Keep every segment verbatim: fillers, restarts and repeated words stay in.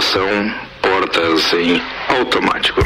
Atenção, portas em automático.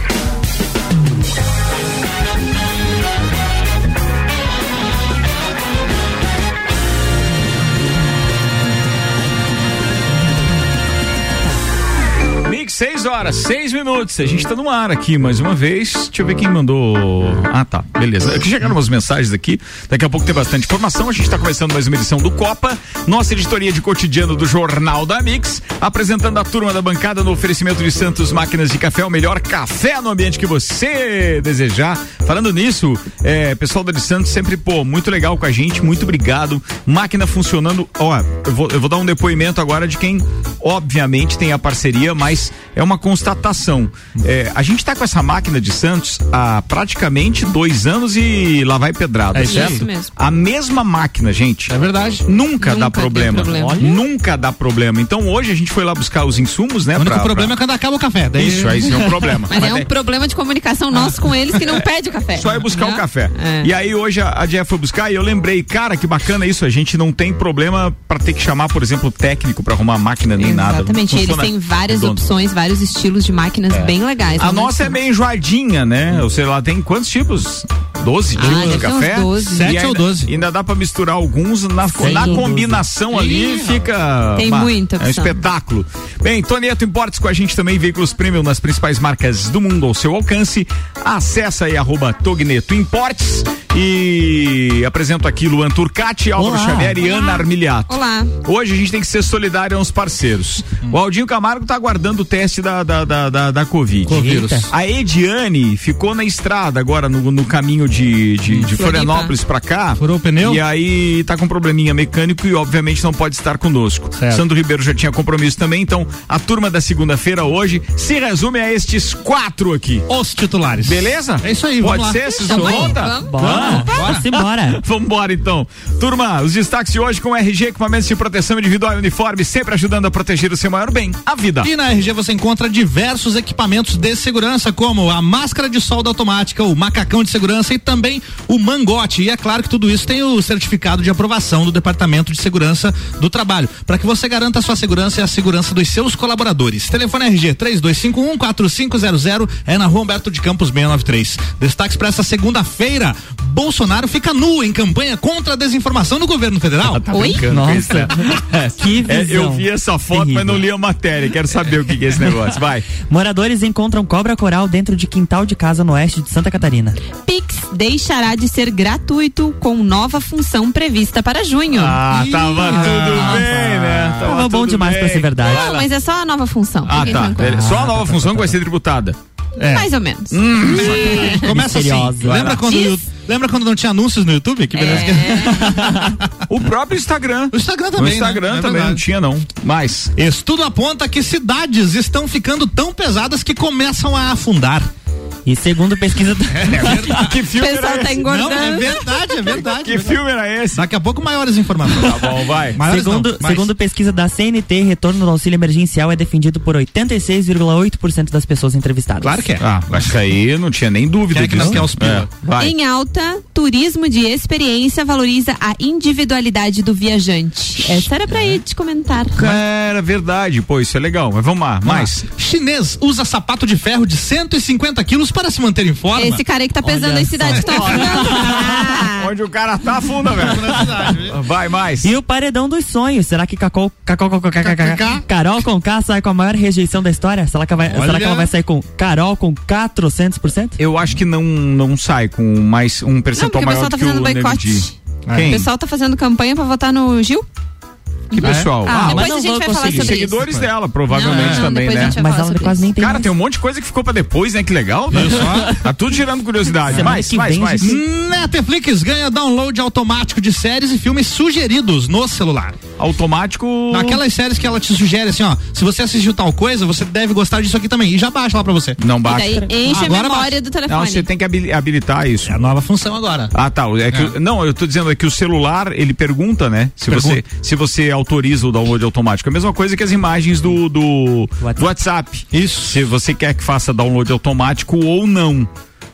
seis horas, seis minutos. A gente tá no ar aqui mais uma vez. Deixa eu ver quem mandou. Ah, tá. Beleza. Aqui chegaram umas mensagens aqui. Daqui a pouco tem bastante informação. A gente tá começando mais uma edição do Copa. Nossa editoria de cotidiano do Jornal da Mix. Apresentando a turma da bancada no oferecimento de Santos Máquinas de Café. O melhor café no ambiente que você desejar. Falando nisso, é, pessoal da de Santos sempre, pô, muito legal com a gente. Muito obrigado. Máquina funcionando. Ó, eu vou, eu vou dar um depoimento agora de quem, obviamente, tem a parceria, mas é uma constatação. É, a gente tá com essa máquina de Santos há praticamente dois anos e lá vai pedrada, é certo? Isso mesmo. A mesma máquina, gente. É verdade. Nunca, nunca dá problema. problema. Nunca dá problema. Então hoje a gente foi lá buscar os insumos, né? O único pra, problema pra... é quando acaba o café. Daí... Isso, aí é um problema. Mas, Mas é um daí... problema de comunicação nosso com eles que não pede o café. Só é buscar não? o café. É. E aí hoje a, a Jeff foi buscar e eu lembrei, cara, que bacana isso. A gente não tem problema pra ter que chamar, por exemplo, o técnico pra arrumar a máquina nem Exatamente. nada. Exatamente. Eles têm várias redondo. opções, vários estilos de máquinas é. bem legais. A nossa é meio enjoadinha, né? Ou seja, ela tem quantos tipos? doze ah, tipos de café? sete ou doze. Ainda dá pra misturar alguns na, na combinação ali, fica tem uma, muita opção. É um espetáculo. Bem, Tonieto Importes com a gente também, veículos premium nas principais marcas do mundo ao seu alcance. Acesse aí arroba Togneto Importes e apresento aqui Luan Turcati, Álvaro Xavier e Ana Armiliato. Olá. Hoje a gente tem que ser solidário aos parceiros. Hum. O Aldinho Camargo tá aguardando o teste da, da, da, da, da Covid. Covid. A Ediane ficou na estrada agora no, no caminho de, de, de Florianópolis pra cá. Furou o pneu? E aí tá com um probleminha mecânico e obviamente não pode estar conosco. Certo. Sandro Ribeiro já tinha compromisso também, então a turma da segunda-feira hoje se resume a estes quatro aqui. Os titulares. Beleza? É isso aí, pode vamos ser? lá. Vocês vão conta? Vamos. Bora, bora, simbora. Vambora então. Turma, os destaques de hoje com R G, equipamentos de proteção individual e uniforme, sempre ajudando a proteger o seu maior bem, a vida. E na R G você encontra diversos equipamentos de segurança, como a máscara de solda automática, o macacão de segurança e também o mangote. E é claro que tudo isso tem o certificado de aprovação do Departamento de Segurança do Trabalho, para que você garanta a sua segurança e a segurança dos seus colaboradores. Telefone R G três dois cinco um, quatro cinco zero zero, é na Rua Humberto de Campos seiscentos e noventa e três. Destaques para essa segunda-feira: Bolsonaro fica nu em campanha contra a desinformação no governo federal. Tá Oi? Nossa, que visão. É, eu vi essa foto, terrível. mas não li a matéria. Quero saber o que, que é esse negócio. Vai. Moradores encontram cobra coral dentro de quintal de casa no oeste de Santa Catarina. Pix deixará de ser gratuito com nova função prevista para junho. Ah, tava Ih, tudo ah, bem, né? Tava, Tava bom tudo demais bem. pra ser verdade. Não, mas é só a nova função. Ah, Fiquem tá. tranquilos. Só a nova função que vai ser tributada. É. Mais ou menos. Hum. Começa assim. Misteriosa. Lembra quando, Diz- o- lembra quando não tinha anúncios no YouTube? Que beleza. O próprio Instagram. O Instagram O também, Instagram né? É também verdade. não tinha, não. Mas. Estudo aponta que cidades estão ficando tão pesadas que começam a afundar. E segundo pesquisa do... Que O filme pessoal era tá esse? engordando. Não, é verdade, é verdade. Que filme era esse? Daqui a pouco maiores informações. Tá bom, vai. Maiores segundo, não, mas- segundo pesquisa da C N T, retorno do auxílio emergencial é defendido por oitenta e seis vírgula oito por cento das pessoas entrevistadas. Claro que é. Ah, acho que aí não tinha nem dúvida Quem é que não disso. quer os pila? É, vai. Em alta, turismo de experiência valoriza a individualidade do viajante. Essa era pra ir te comentar. Era verdade, pô, isso é legal. Mas vamos lá, mais. Chinês usa sapato de ferro de cento e cinquenta quilos para se manter em forma. Esse cara aí que tá pesando Olha a cidade que tá afundando. Ah. Onde o cara tá, afunda, velho. Vai, mais. E o paredão dos sonhos. Será que Cacol, Cacol, Cacol, Cacol, Cacol, Carol com K sai com a maior rejeição da história? Será que, vai, será que ela vai sair com Carol com quatrocentos por cento? Eu acho que não, não sai com mais um Não, percentual porque o maior pessoal tá do que fazendo o boicote. Negudi. Quem? O pessoal tá fazendo campanha pra votar no Gil? Que pessoal? Ah, Ah, depois mas não a gente vão vai falar conseguir. sobre seguidores isso. dela, provavelmente Não, também, depois a né? gente vai Mas falar ela sobre quase isso. nem tem Cara, mais. tem um monte de coisa que ficou pra depois, né? Que legal, né? Tá tudo gerando curiosidade. Semana Mais, que mais, vem a mais. gente- Netflix ganha download automático de séries e filmes sugeridos no celular. Automático. Aquelas séries que ela te sugere assim, ó, se você assistiu tal coisa, você deve gostar disso aqui também. E já baixa lá pra você. Não E baixa. daí enche Agora a memória baixa. do Não, telefone. você tem que habili- habilitar isso. É a nova função agora. Ah, tá. É que, É. Não, eu tô dizendo é que o celular, ele pergunta, né? Se Pergunta. você, se você autoriza o download automático. É a mesma coisa que as imagens do, do, WhatsApp. do WhatsApp. Isso. Se você quer que faça download automático ou não.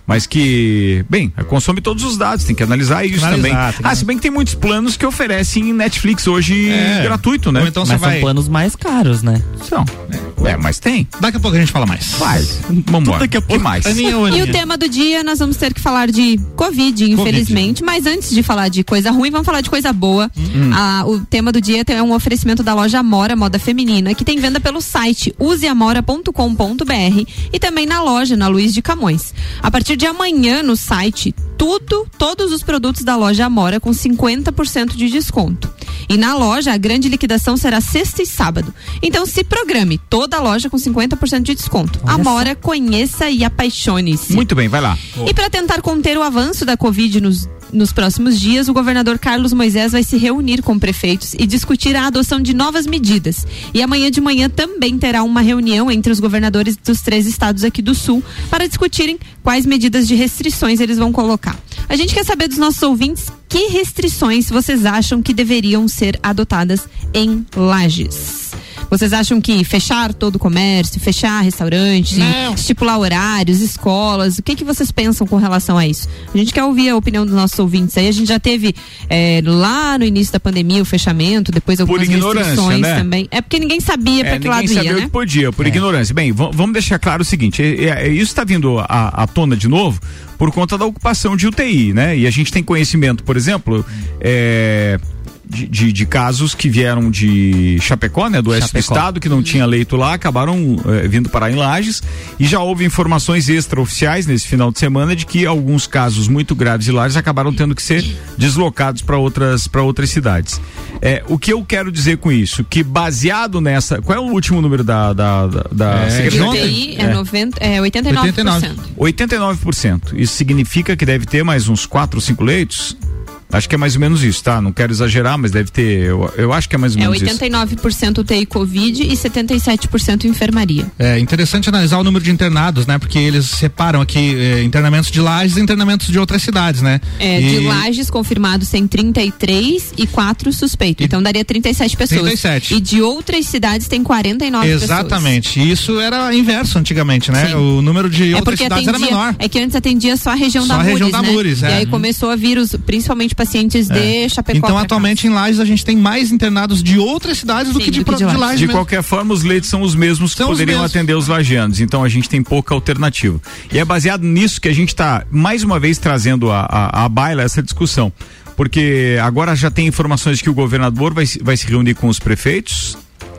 mas que, bem, consome todos os dados, tem que analisar isso analisar, também. Ah, né? Se bem que tem muitos planos que oferecem Netflix hoje é, gratuito, né? Então mas vai... são planos mais caros, né? São. É, mas tem. Daqui a pouco a gente fala mais. Vai. Vamos embora. Daqui a pouco mais. E o tema do dia, nós vamos ter que falar de Covid, infelizmente, COVID. Mas antes de falar de coisa ruim, vamos falar de coisa boa. Hum. Ah, o tema do dia é um oferecimento da loja Amora Moda Feminina, que tem venda pelo site use amora ponto com ponto b r e também na loja, na Luiz de Camões. A partir de amanhã no site, tudo, todos os produtos da loja Amora com cinquenta por cento de desconto. E na loja, a grande liquidação será sexta e sábado. Então se programe, toda a loja com cinquenta por cento de desconto. Olha Amora, só. Conheça e apaixone-se. Muito bem, vai lá. E para tentar conter o avanço da Covid nos Nos próximos dias, o governador Carlos Moisés vai se reunir com prefeitos e discutir a adoção de novas medidas. E amanhã de manhã também terá uma reunião entre os governadores dos três estados aqui do Sul para discutirem quais medidas de restrições eles vão colocar. A gente quer saber dos nossos ouvintes que restrições vocês acham que deveriam ser adotadas em Lages. Vocês acham que fechar todo o comércio, fechar restaurantes, estipular horários, escolas, o que que vocês pensam com relação a isso? A gente quer ouvir a opinião dos nossos ouvintes aí. A gente já teve é, lá no início da pandemia o fechamento, depois algumas restrições né? também. É porque ninguém sabia é, para que lado ia, né? Ninguém sabia o que podia, por é. ignorância. Bem, vamos deixar claro o seguinte, é, é, isso está vindo à, à tona de novo por conta da ocupação de U T I, né? E a gente tem conhecimento, por exemplo, é... De, de, de casos que vieram de Chapecó, né? Do oeste do estado, que não tinha leito lá, acabaram eh, vindo parar em Lages, e já houve informações extraoficiais nesse final de semana de que alguns casos muito graves de Lages acabaram tendo que ser deslocados para outras, para outras cidades. É, o que eu quero dizer com isso? Que baseado nessa, qual é o último número da, da, da, da é, Secretaria? U T I é, noventa, é oitenta e nove por cento. oitenta e nove por cento. Isso significa que deve ter mais uns quatro ou cinco leitos? Acho que é mais ou menos isso, tá? Não quero exagerar, mas deve ter, eu, eu acho que é mais ou menos isso. É oitenta e nove por cento U T I Covid e setenta e sete por cento enfermaria. É interessante analisar o número de internados, né? Porque eles separam aqui eh, internamentos de Lages e internamentos de outras cidades, né? É, e... de Lages confirmados tem trinta e três e quatro suspeitos, e... então daria trinta e sete pessoas. trinta e sete. E de outras cidades tem quarenta e nove pessoas. Exatamente, isso era inverso antigamente, né? Sim. O número de é outras cidades atendia, era menor. É que antes atendia só a região só da Mures, região da né? Mures, é. E aí começou a vir os, principalmente pacientes é. de Chapecó. Então atualmente cá. Em Lages a gente tem mais internados de outras cidades Sim, do que de, do que de, de Lages. De qualquer forma, os leitos são os mesmos são que poderiam mesmos. atender os lagianos, então a gente tem pouca alternativa. E é baseado nisso que a gente está mais uma vez trazendo a, a, a baila essa discussão, porque agora já tem informações que o governador vai, vai se reunir com os prefeitos.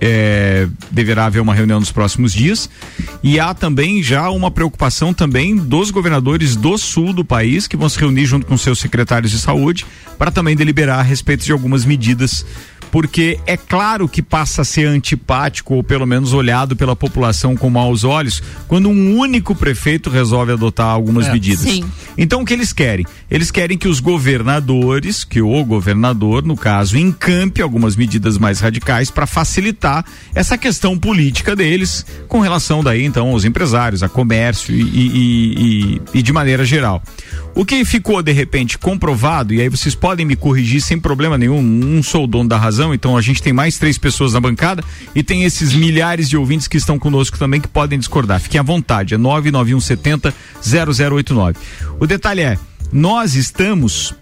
É, deverá haver uma reunião nos próximos dias, e há também já uma preocupação também dos governadores do sul do país, que vão se reunir junto com seus secretários de saúde para também deliberar a respeito de algumas medidas, porque é claro que passa a ser antipático, ou pelo menos olhado pela população com maus olhos, quando um único prefeito resolve adotar algumas é, medidas. Sim. Então o que eles querem? Eles querem que os governadores, que o governador, no caso, encampe algumas medidas mais radicais para facilitar essa questão política deles com relação daí então aos empresários, a comércio e, e, e, e de maneira geral. O que ficou de repente comprovado, e aí vocês podem me corrigir sem problema nenhum, não sou o dono da razão, então a gente tem mais três pessoas na bancada e tem esses milhares de ouvintes que estão conosco também que podem discordar. Fiquem à vontade, é nove nove um setenta zero zero oito nove. O detalhe é, nós estamos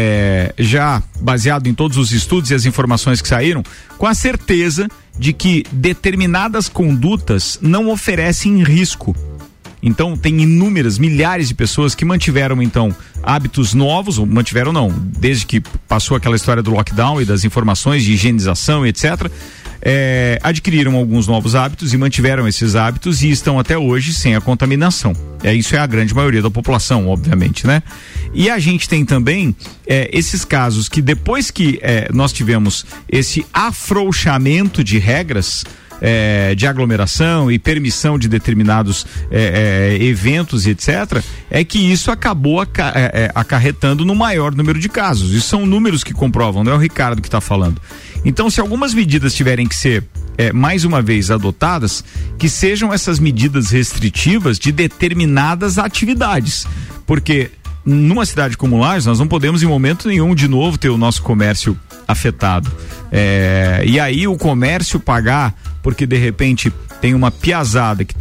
é, já baseado em todos os estudos e as informações que saíram, com a certeza de que determinadas condutas não oferecem risco. Então tem inúmeras, milhares de pessoas que mantiveram então hábitos novos, ou mantiveram não, desde que passou aquela história do lockdown e das informações de higienização e etcétera, é, adquiriram alguns novos hábitos e mantiveram esses hábitos e estão até hoje sem a contaminação. É, isso é a grande maioria da população, obviamente, né? E a gente tem também é, esses casos que depois que é, nós tivemos esse afrouxamento de regras, É, de aglomeração e permissão de determinados é, é, eventos e etcétera, é que isso acabou aca é, é, acarretando no maior número de casos. Isso são números que comprovam, não é o Ricardo que está falando. Então, se algumas medidas tiverem que ser é, mais uma vez adotadas, que sejam essas medidas restritivas de determinadas atividades, porque numa cidade como Lages nós não podemos em momento nenhum de novo ter o nosso comércio afetado. É, e aí o comércio pagar porque de repente tem uma piazada que está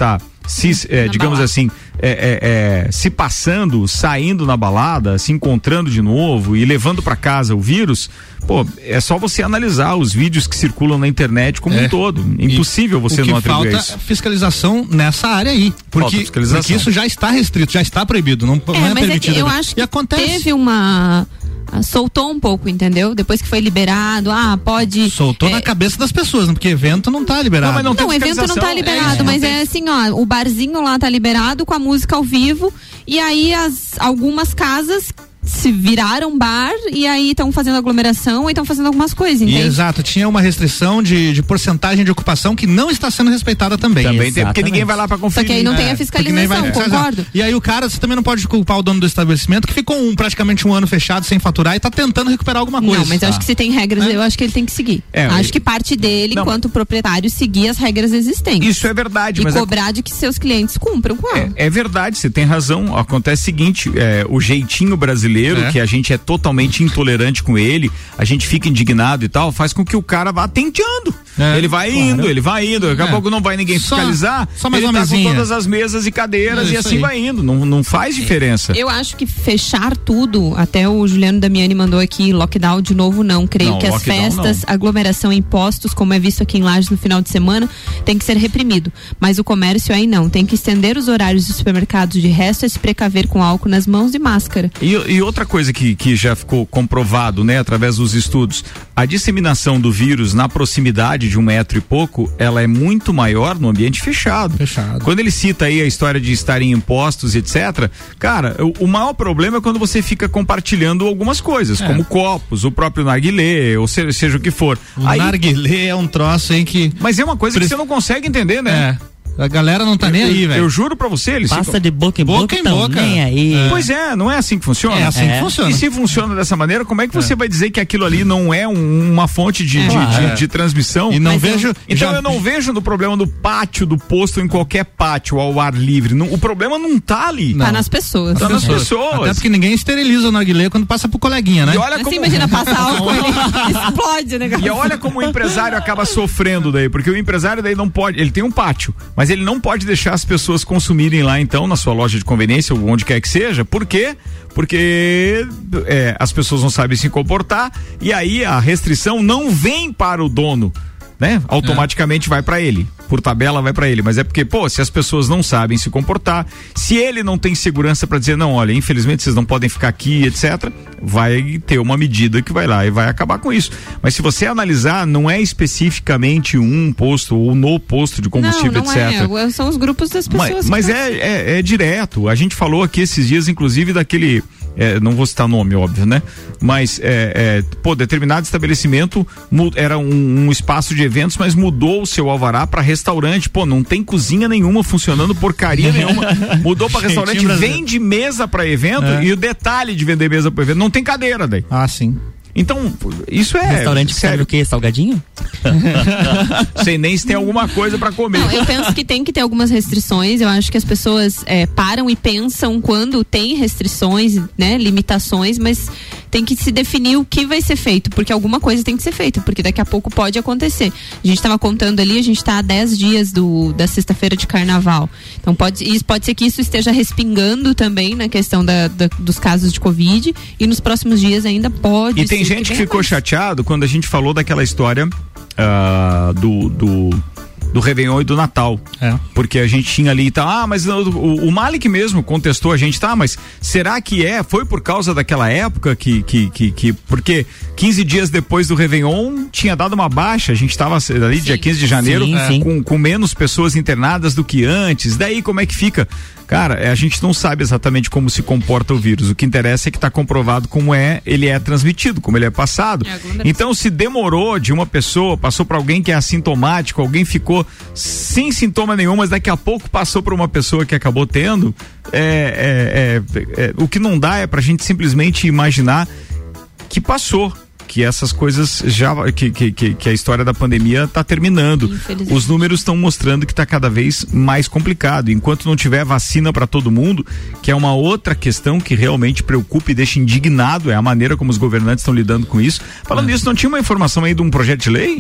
se, é, digamos balada. assim, é, é, é, se passando, saindo na balada, se encontrando de novo e levando para casa o vírus, pô, é só você analisar os vídeos que circulam na internet como é. um todo. Impossível e você não atribuir isso. Falta fiscalização nessa área aí, porque, porque isso já está restrito, já está proibido, não, é, não é mas permitido. É que eu acho que teve uma soltou um pouco, entendeu? Depois que foi liberado, ah, pode... Soltou é... na cabeça das pessoas, porque evento não tá liberado. Não, mas não, não o evento não tá liberado, é, mas é assim, ó, o barzinho lá tá liberado com a música ao vivo e aí as, algumas casas se viraram bar e aí estão fazendo aglomeração ou estão fazendo algumas coisas, entende? E, exato, tinha uma restrição de, de porcentagem de ocupação que não está sendo respeitada também. Também Exatamente. tem, porque ninguém vai lá pra conferir. Só que aí não é, tem a fiscalização, vai, concordo. E aí o cara, você também não pode culpar o dono do estabelecimento que ficou um, praticamente um ano fechado sem faturar e tá tentando recuperar alguma coisa. Não, mas eu ah. acho que se tem regras, é? eu acho que ele tem que seguir. É, acho eu... que parte dele, não, enquanto proprietário, seguir as regras existentes. Isso é verdade. E mas cobrar é... de que seus clientes cumpram com ela. É, é verdade, você tem razão. Acontece o seguinte, é, o jeitinho brasileiro, é. que a gente é totalmente intolerante com ele, a gente fica indignado e tal, faz com que o cara vá tenteando. É, ele vai claro. indo, ele vai indo, daqui a é. pouco não vai ninguém fiscalizar, só, só mais ele uma tá mesinha. com todas as mesas e cadeiras é, e assim aí. vai indo, não, não faz diferença. Eu acho que fechar tudo, até o Juliano Damiani mandou aqui, lockdown de novo não, creio não, que as festas, não. aglomeração em postos, como é visto aqui em Lages no final de semana, tem que ser reprimido, mas o comércio aí não, tem que estender os horários dos supermercados, de resto é se precaver com álcool nas mãos e máscara. E, e outra coisa que, que já ficou comprovado, né, através dos estudos, a disseminação do vírus na proximidade de um metro e pouco, ela é muito maior no ambiente fechado. Fechado. Quando ele cita aí a história de estarem em postos, etcétera, cara, o, o maior problema é quando você fica compartilhando algumas coisas, é. como copos, o próprio narguilé, ou seja, seja o que for. O aí, narguilé é um troço aí que... Mas é uma coisa Pre... que você não consegue entender, né? É. A galera não tá eu, nem aí, velho. Eu juro pra você, eles Passa ficam... de boca em boca, boca, em boca. Nem aí. É. Pois é, não é assim que funciona? É assim é. que funciona. E se funciona dessa maneira, como é que você é. vai dizer que aquilo ali não é um, uma fonte de, é. de, de, de transmissão? E não Mas vejo... Eu, então já... eu não vejo no problema do pátio do posto, em qualquer pátio, ao ar livre. Não, o problema não tá ali. Não. Tá nas pessoas. Tá nas pessoas. pessoas. Até porque ninguém esteriliza o narguilé quando passa pro coleguinha, né? E olha como... Você imagina passar álcool ali, explode o negócio. E olha como o empresário acaba sofrendo daí, porque o empresário daí não pode, ele tem um pátio, mas ele não pode deixar as pessoas consumirem lá então, na sua loja de conveniência ou onde quer que seja. Por quê? Porque é, as pessoas não sabem se comportar e aí a restrição não vem para o dono, né? Automaticamente é. vai para ele, por tabela vai para ele, mas é porque, pô, se as pessoas não sabem se comportar, se ele não tem segurança para dizer, não, olha, infelizmente vocês não podem ficar aqui, etc, vai ter uma medida que vai lá e vai acabar com isso. Mas se você analisar, não é especificamente um posto ou no posto de combustível, não, não etcétera. É, são os grupos das pessoas. Mas, mas é, é, é direto, a gente falou aqui esses dias, inclusive, daquele... É, não vou citar nome, óbvio, né? Mas, é, é, pô, determinado estabelecimento era um, um espaço de eventos, mas mudou o seu alvará para restaurante. Pô, não tem cozinha nenhuma funcionando, porcaria nenhuma. Mudou para restaurante, vende mesa para evento é. e o detalhe de vender mesa para evento, não tem cadeira daí. Ah, sim. Então, isso é... Restaurante que serve o quê? Salgadinho? Sei nem se tem alguma coisa pra comer. Não, eu penso que tem que ter algumas restrições. Eu acho que as pessoas é, param e pensam quando tem restrições, né, limitações, mas tem que se definir o que vai ser feito, porque alguma coisa tem que ser feita, porque daqui a pouco pode acontecer. A gente estava contando ali, a gente está há dez dias do, da sexta-feira de carnaval. Então pode, isso, pode ser que isso esteja respingando também na questão da, da, dos casos de Covid, e nos próximos dias ainda pode. E tem gente que, que ficou mais. chateado quando a gente falou daquela história uh, do, do do Réveillon e do Natal, é. porque a gente tinha ali e tal, ah, mas o, o, o Malik mesmo contestou a gente, tá, mas será que é, foi por causa daquela época que, que, que, que porque quinze dias depois do Réveillon tinha dado uma baixa, a gente estava ali sim. dia quinze de janeiro, sim, é. com, com menos pessoas internadas do que antes, daí como é que fica? Cara, a gente não sabe exatamente como se comporta o vírus, o que interessa é que está comprovado como é, ele é transmitido, como ele é passado, é, então se demorou de uma pessoa, passou para alguém que é assintomático, alguém ficou sem sintoma nenhum, mas daqui a pouco passou para uma pessoa que acabou tendo, é, é, é, é, o que não dá é pra gente simplesmente imaginar que passou, que essas coisas já, que, que, que, que a história da pandemia está terminando. Os números estão mostrando que está cada vez mais complicado. Enquanto não tiver vacina para todo mundo, que é uma outra questão que realmente preocupa e deixa indignado, é a maneira como os governantes estão lidando com isso. Falando é. isso, não tinha uma informação aí de um projeto de lei?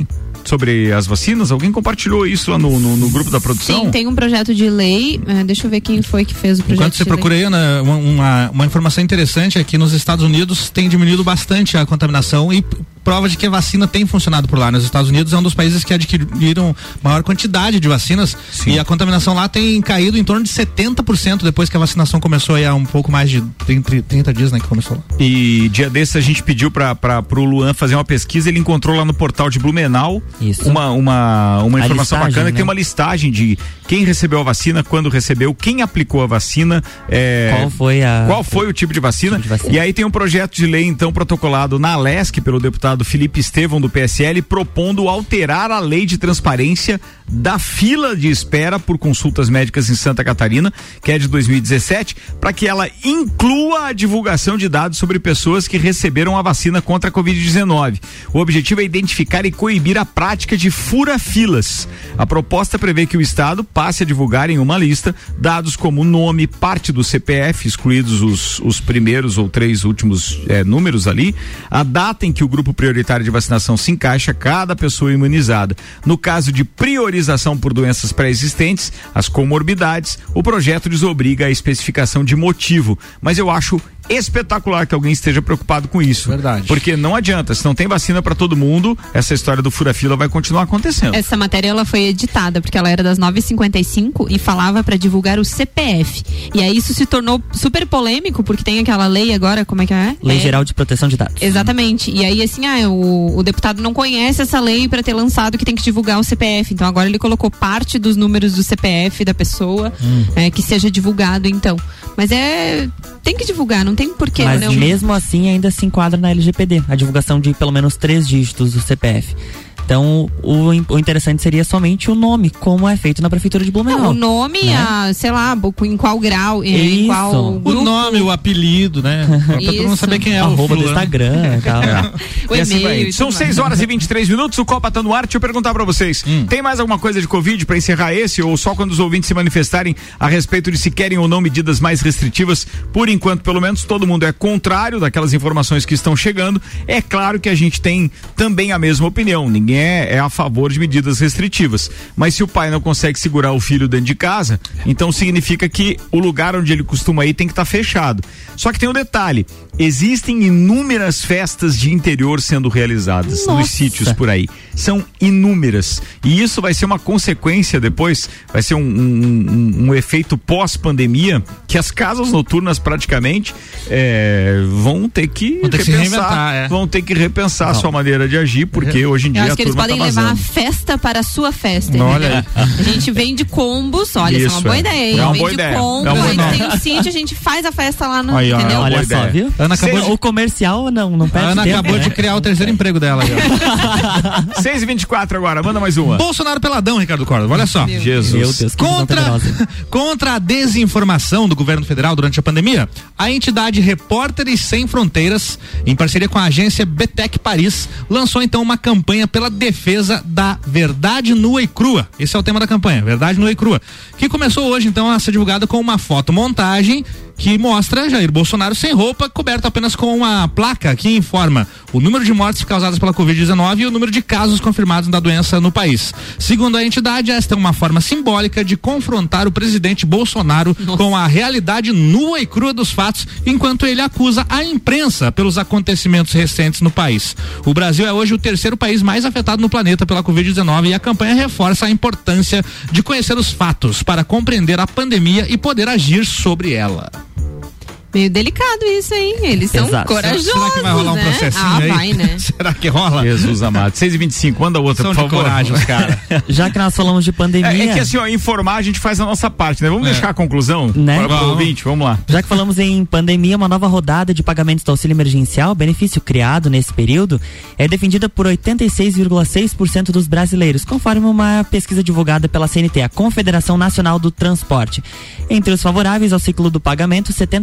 sobre as vacinas? Alguém compartilhou isso lá no, no, no grupo da produção? Sim, tem um projeto de lei, uh, deixa eu ver quem foi que fez o projeto Enquanto você de procura lei. aí, né, uma, uma, uma informação interessante é que nos Estados Unidos tem diminuído bastante a contaminação e prova de que a vacina tem funcionado por lá. Nos Estados Unidos é um dos países que adquiriram maior quantidade de vacinas. Sim. E a contaminação lá tem caído em torno de setenta por cento depois que a vacinação começou aí há um pouco mais de trinta, trinta dias, né, que começou lá. E dia desses a gente pediu para para pro Luan fazer uma pesquisa, ele encontrou lá no portal de Blumenau Isso. uma uma uma informação listagem, bacana, né? Que tem uma listagem de quem recebeu a vacina, quando recebeu, quem aplicou a vacina, é, qual foi a qual foi o tipo de vacina, tipo de vacina. E aí tem um projeto de lei então protocolado na Alesc pelo deputado Felipe Estevão do P S L, propondo alterar a lei de transparência da fila de espera por consultas médicas em Santa Catarina, que é de dois mil e dezessete, para que ela inclua a divulgação de dados sobre pessoas que receberam a vacina contra a covid dezenove. O objetivo é identificar e coibir a prática de fura-filas. A proposta prevê que o Estado passe a divulgar em uma lista dados como nome, parte do C P F, excluídos os, os primeiros ou três últimos é, números ali, a data em que o grupo prioritário de vacinação se encaixa cada pessoa imunizada. No caso de priorização por doenças pré-existentes, as comorbidades, o projeto desobriga a especificação de motivo, mas eu acho espetacular que alguém esteja preocupado com isso. Verdade. Porque não adianta, se não tem vacina para todo mundo, essa história do fura-fila vai continuar acontecendo. Essa matéria ela foi editada porque ela era das nove e cinquenta e cinco e falava para divulgar o C P F. E aí isso se tornou super polêmico porque tem aquela lei agora, como é que é? Lei é... Geral de Proteção de Dados. Exatamente. E aí assim, ah, o, o deputado não conhece essa lei para ter lançado que tem que divulgar o C P F. Então agora ele colocou parte dos números do C P F da pessoa hum. é, que seja divulgado então. Mas é tem que divulgar, não tem porquê. Mas não. mesmo assim ainda se enquadra na L G P D, a divulgação de pelo menos três dígitos do C P F. Então, o, o interessante seria somente o nome, como é feito na Prefeitura de Blumenau. Não, o nome, né? a, sei lá, em qual grau, em Isso. qual grupo. O nome, o apelido, né? Pra todo mundo saber quem é o arroba do Instagram e tal. É. O e assim e-mail. São seis horas e vinte e três minutos, o Copa tá no ar. Deixa eu perguntar pra vocês, hum. tem mais alguma coisa de Covid pra encerrar esse, ou só quando os ouvintes se manifestarem a respeito de se querem ou não medidas mais restritivas? Por enquanto, pelo menos, todo mundo é contrário daquelas informações que estão chegando. É claro que a gente tem também a mesma opinião, ninguém é, é a favor de medidas restritivas, mas se o pai não consegue segurar o filho dentro de casa, então significa que o lugar onde ele costuma ir tem que estar tá fechado. Só que tem um detalhe, existem inúmeras festas de interior sendo realizadas Nossa. nos sítios por aí, são inúmeras, e isso vai ser uma consequência depois, vai ser um, um, um, um efeito pós-pandemia, que as casas noturnas praticamente é, vão ter que vão ter repensar, que é. vão ter que repensar a sua maneira de agir, porque hoje em dia Eu acho a que eles turma podem tá levar vazando. a festa para a sua festa. Olha aí. A gente vende combos, olha, isso é uma boa é. ideia, hein? É uma vende boa ideia. combos, é uma a gente boa tem um sítio, a gente faz a festa lá no, aí, ó, entendeu? Olha só, viu? Ana acabou de... O comercial não, não perde A Ana tempo, acabou né? de criar o terceiro emprego dela aí, ó. seis e vinte e quatro agora, manda mais uma. Bolsonaro peladão, Ricardo Córdoba, olha só. Meu Jesus. Meu Deus, que Contra, contra a desinformação do governo federal durante a pandemia, a entidade Repórteres Sem Fronteiras, em parceria com a agência B T E C Paris, lançou então uma campanha pela defesa da verdade nua e crua. Esse é o tema da campanha, verdade nua e crua, que começou hoje então a ser divulgada com uma fotomontagem que mostra Jair Bolsonaro sem roupa, coberto apenas com uma placa que informa o número de mortes causadas pela covid dezenove e o número de casos confirmados da doença no país. Segundo a entidade, esta é uma forma simbólica de confrontar o presidente Bolsonaro Nossa. com a realidade nua e crua dos fatos, enquanto ele acusa a imprensa pelos acontecimentos recentes no país. O Brasil é hoje o terceiro país mais afetado no planeta pela covid dezenove e a campanha reforça a importância de conhecer os fatos para compreender a pandemia e poder agir sobre ela. Meio delicado isso, hein? Eles são Exato. corajosos, Será que vai rolar um né? processinho ah, aí? vai, né? Será que rola? Jesus amado. seis e vinte e cinco, manda outra, São por de favor. coragem, os cara. Já que nós falamos de pandemia. É, é que assim, ó, informar a gente faz a nossa parte, né? Vamos é. deixar a conclusão né? para o ouvinte, vamos lá. Já que falamos em pandemia, uma nova rodada de pagamentos do auxílio emergencial, benefício criado nesse período, é defendida por oitenta e seis vírgula seis por cento dos brasileiros, conforme uma pesquisa divulgada pela C N T, a Confederação Nacional do Transporte. Entre os favoráveis ao ciclo do pagamento, setenta vírgula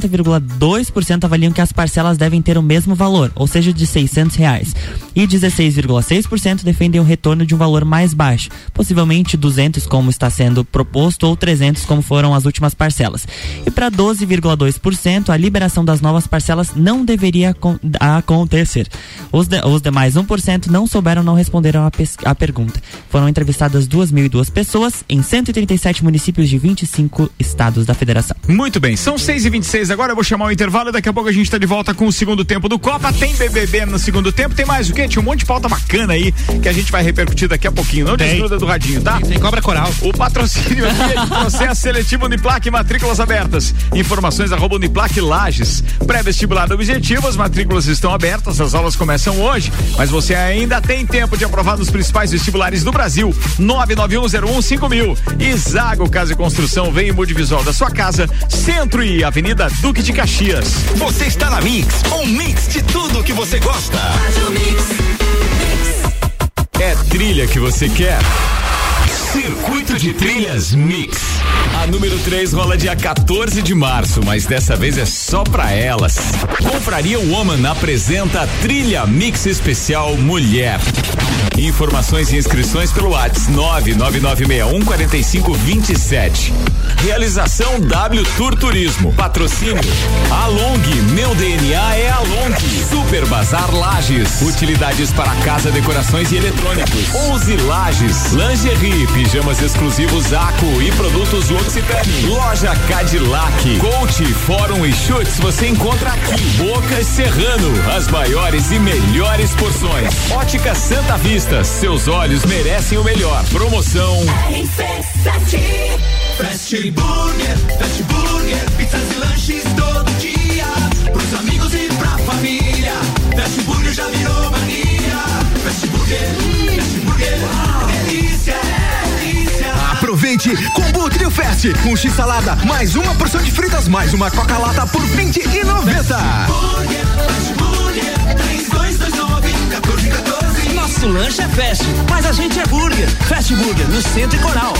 dois por cento avaliam que as parcelas devem ter o mesmo valor, ou seja, de seiscentos reais. E dezesseis vírgula seis por cento defendem o retorno de um valor mais baixo, possivelmente duzentos como está sendo proposto ou trezentos como foram as últimas parcelas. E para doze vírgula dois por cento a liberação das novas parcelas não deveria acontecer. Os, de, os demais um por cento não souberam, não responderam a, pes, a pergunta. Foram entrevistadas duas mil e duas pessoas em cento e trinta e sete municípios de vinte e cinco estados da federação. Muito bem, são seis e vinte e seis agora, eu vou chamar o intervalo e daqui a pouco a gente está de volta com o segundo tempo do Copa. Tem B B B no segundo tempo, tem mais o quê? Tinha um monte de pauta bacana aí que a gente vai repercutir daqui a pouquinho. Não desgruda do radinho, tá? Tem, tem cobra coral. O patrocínio aqui é de processo seletivo Uniplac, matrículas abertas. Informações arroba Uniplac Lages. Pré-vestibular Objetivo, as matrículas estão abertas, as aulas começam hoje, mas você ainda tem tempo de aprovar nos principais vestibulares do Brasil. nove nove um zero um cinco mil. E Zago Casa e Construção, vem o multivisual da sua casa, Centro e Avenida Duque de Caxias. Você está na Mix, um mix de tudo que você gosta. É trilha que você quer? Circuito de Trilhas Mix. A número três rola dia quatorze de março, mas dessa vez é só pra elas. Compraria Woman apresenta Trilha Mix Especial Mulher. Informações e inscrições pelo WhatsApp nove nove nove seis um quatro cinco dois sete. Realização W Tour Turismo. Patrocínio Along, meu D N A é Along. Super Bazar Lages. Utilidades para casa, decorações e eletrônicos. onze Lages. Lingerie, pijamas exclusivos Aco e produtos L'Occitane. Loja Cadillac. Coach, Fórum e Chutes você encontra aqui. Bocas Serrano, as maiores e melhores porções. Ótica Santa Vista, seus olhos merecem o melhor. Promoção R C sete. Fast Burger, Fast Burger, pizzas e lanches todo dia, pros amigos e pra família. Fast Burger já virou mania. Fast Burger, Fast Burger, delícia, delícia. Aproveite Combo Trio Fest, um X salada, mais uma porção de fritas, mais uma Coca-Lata por vinte e noventa. Burger, Fast Burger, três dois dois nove, quatorze quatorze. Nosso lanche é fast, mas a gente é burger. Fast Burger, no Centro e Coral.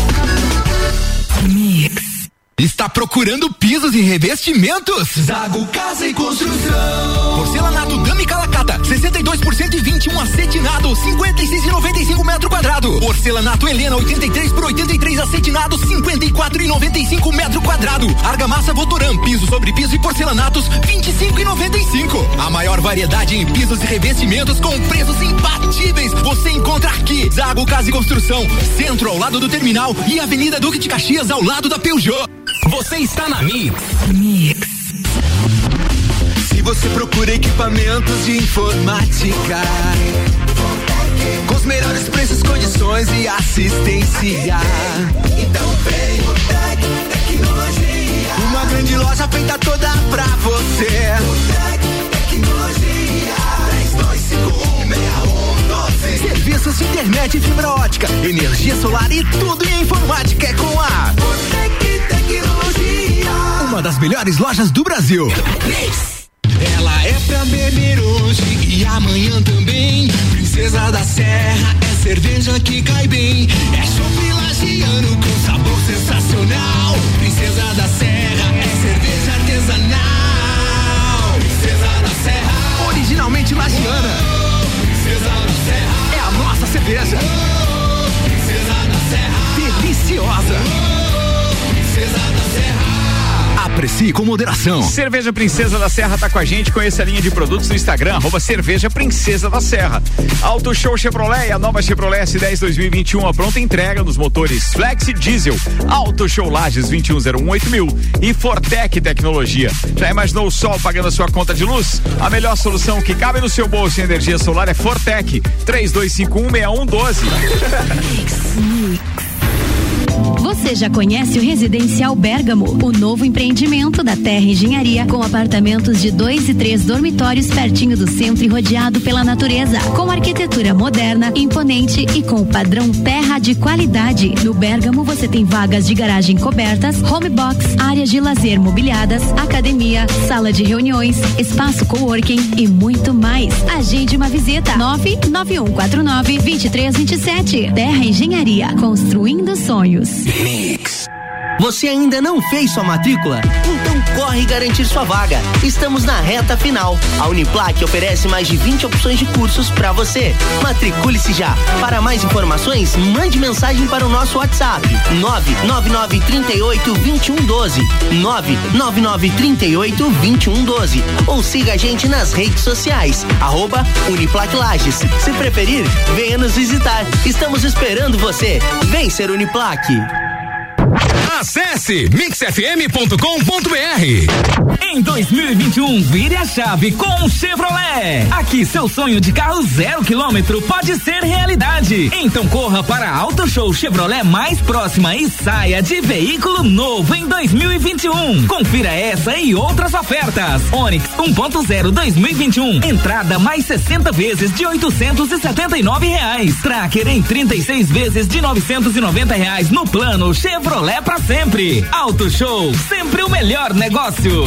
Mix. Está procurando pisos e revestimentos? Zago Casa e Construção. Porcelanato Dami Calacata, sessenta e dois por cento e vinte e um acetinado, cinquenta e seis e noventa e cinco metro quadrado. Porcelanato Helena, oitenta e três por oitenta e três acetinado, cinquenta e quatro e noventa e cinco metro quadrado. Argamassa Votoran, piso sobre piso e porcelanatos, vinte e cinco e noventa e cinco. A maior variedade em pisos e revestimentos com preços imbatíveis você encontra aqui. Zago Casa e Construção, centro ao lado do terminal e Avenida Duque de Caxias ao lado da Peugeot. Você está na Mix. Mix. Se você procura equipamentos de informática, com os melhores preços, condições e assistência, então vem o Tec Tecnologia. Uma grande loja feita toda pra você. O Tec Tecnologia. três dois cinco um seis um doze. Serviços de internet e fibra ótica, energia solar e tudo em informática é com a Botec Tecnologia. Uma das melhores lojas do Brasil. Ela é pra beber hoje e amanhã também. Princesa da Serra é cerveja que cai bem. É chopp lagiano com sabor sensacional. Princesa da Serra é cerveja artesanal. Princesa da Serra, Originalmente lagiana. oh, Princesa da Serra É a nossa cerveja. oh, Princesa da Serra, Deliciosa. oh, Princesa da Serra. Aprecie com moderação. Cerveja Princesa da Serra tá com a gente, conheça a linha de produtos no Instagram, arroba Cerveja Princesa da Serra. Auto Show Chevrolet, a nova Chevrolet S dez dois mil e vinte e um, a pronta entrega nos motores Flex e Diesel. Auto Show Lages vinte e um zero um oito mil e Fortec Tecnologia. Já imaginou o sol pagando a sua conta de luz? A melhor solução que cabe no seu bolso em energia solar é Fortec, três dois cinco um seis um um doze. Você já conhece o Residencial Bérgamo, o novo empreendimento da Terra Engenharia, com apartamentos de dois e três dormitórios pertinho do centro e rodeado pela natureza, com arquitetura moderna, imponente e com o padrão Terra de qualidade. No Bérgamo você tem vagas de garagem cobertas, home box, áreas de lazer mobiliadas, academia, sala de reuniões, espaço coworking e muito mais. Agende uma visita. nove nove um quatro nove dois três dois sete. Terra Engenharia, construindo sonhos. Você ainda não fez sua matrícula? Então corre garantir sua vaga. Estamos na reta final. A Uniplac oferece mais de vinte opções de cursos para você. Matricule-se já. Para mais informações, mande mensagem para o nosso WhatsApp nove nove nove três oito dois um um doze nove nove nove três oito dois um um doze ou siga a gente nas redes sociais arroba Uniplac Lages. Se preferir, venha nos visitar. Estamos esperando você. Vem ser Uniplac. Acesse mix f m ponto com ponto b r. Em dois mil e vinte e um, vire a chave com o Chevrolet. Aqui seu sonho de carro zero quilômetro pode ser realidade. Então corra para a Auto Show Chevrolet mais próxima e saia de veículo novo em dois mil e vinte e um. Confira essa e outras ofertas. Onix um ponto zero dois mil e vinte e um. Entrada mais sessenta vezes de oitocentos e setenta e nove reais. Tracker em trinta e seis vezes de novecentos e noventa reais no plano Chevrolet pra sempre. Auto Show, sempre o melhor negócio.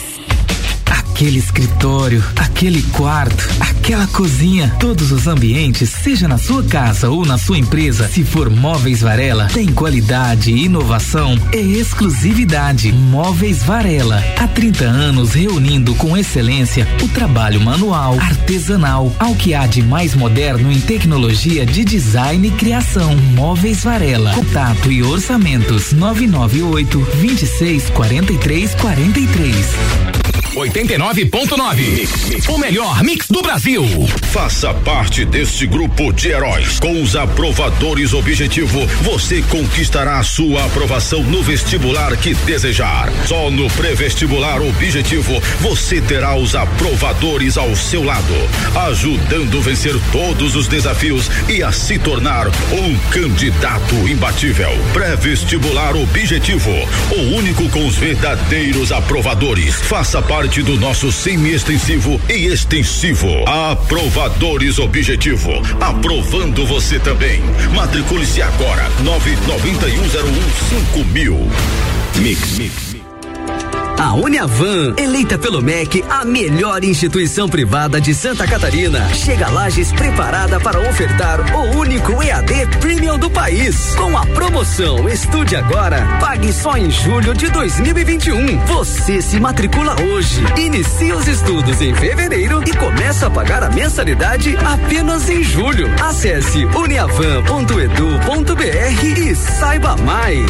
Aquele escritório, aquele quarto, aquela cozinha, todos os ambientes, seja na sua casa ou na sua empresa, se for Móveis Varela, tem qualidade, inovação e exclusividade. Móveis Varela, há trinta anos reunindo com excelência o trabalho manual, artesanal, ao que há de mais moderno em tecnologia de design e criação. Móveis Varela, contato e orçamentos nove nove oito, dois seis, quatro três quatro três. oitenta e nove ponto nove. O melhor mix do Brasil. Faça parte deste grupo de heróis. Com os aprovadores Objetivo, você conquistará a sua aprovação no vestibular que desejar. Só no pré-vestibular Objetivo, você terá os aprovadores ao seu lado, ajudando a vencer todos os desafios e a se tornar um candidato imbatível. Pré-vestibular Objetivo, o único com os verdadeiros aprovadores. Faça parte do nosso semi-extensivo e extensivo. Aprovadores Objetivo, aprovando você também. Matricule-se agora. nove nove um zero um cinco mil. Mix, mix. A Uniavan, eleita pelo M E C a melhor instituição privada de Santa Catarina, chega a Lages preparada para ofertar o único E A D Premium do país. Com a promoção Estude Agora, pague só em julho de dois mil e vinte e um. Você se matricula hoje, inicia os estudos em fevereiro e começa a pagar a mensalidade apenas em julho. Acesse uniavan ponto edu ponto b r e saiba mais.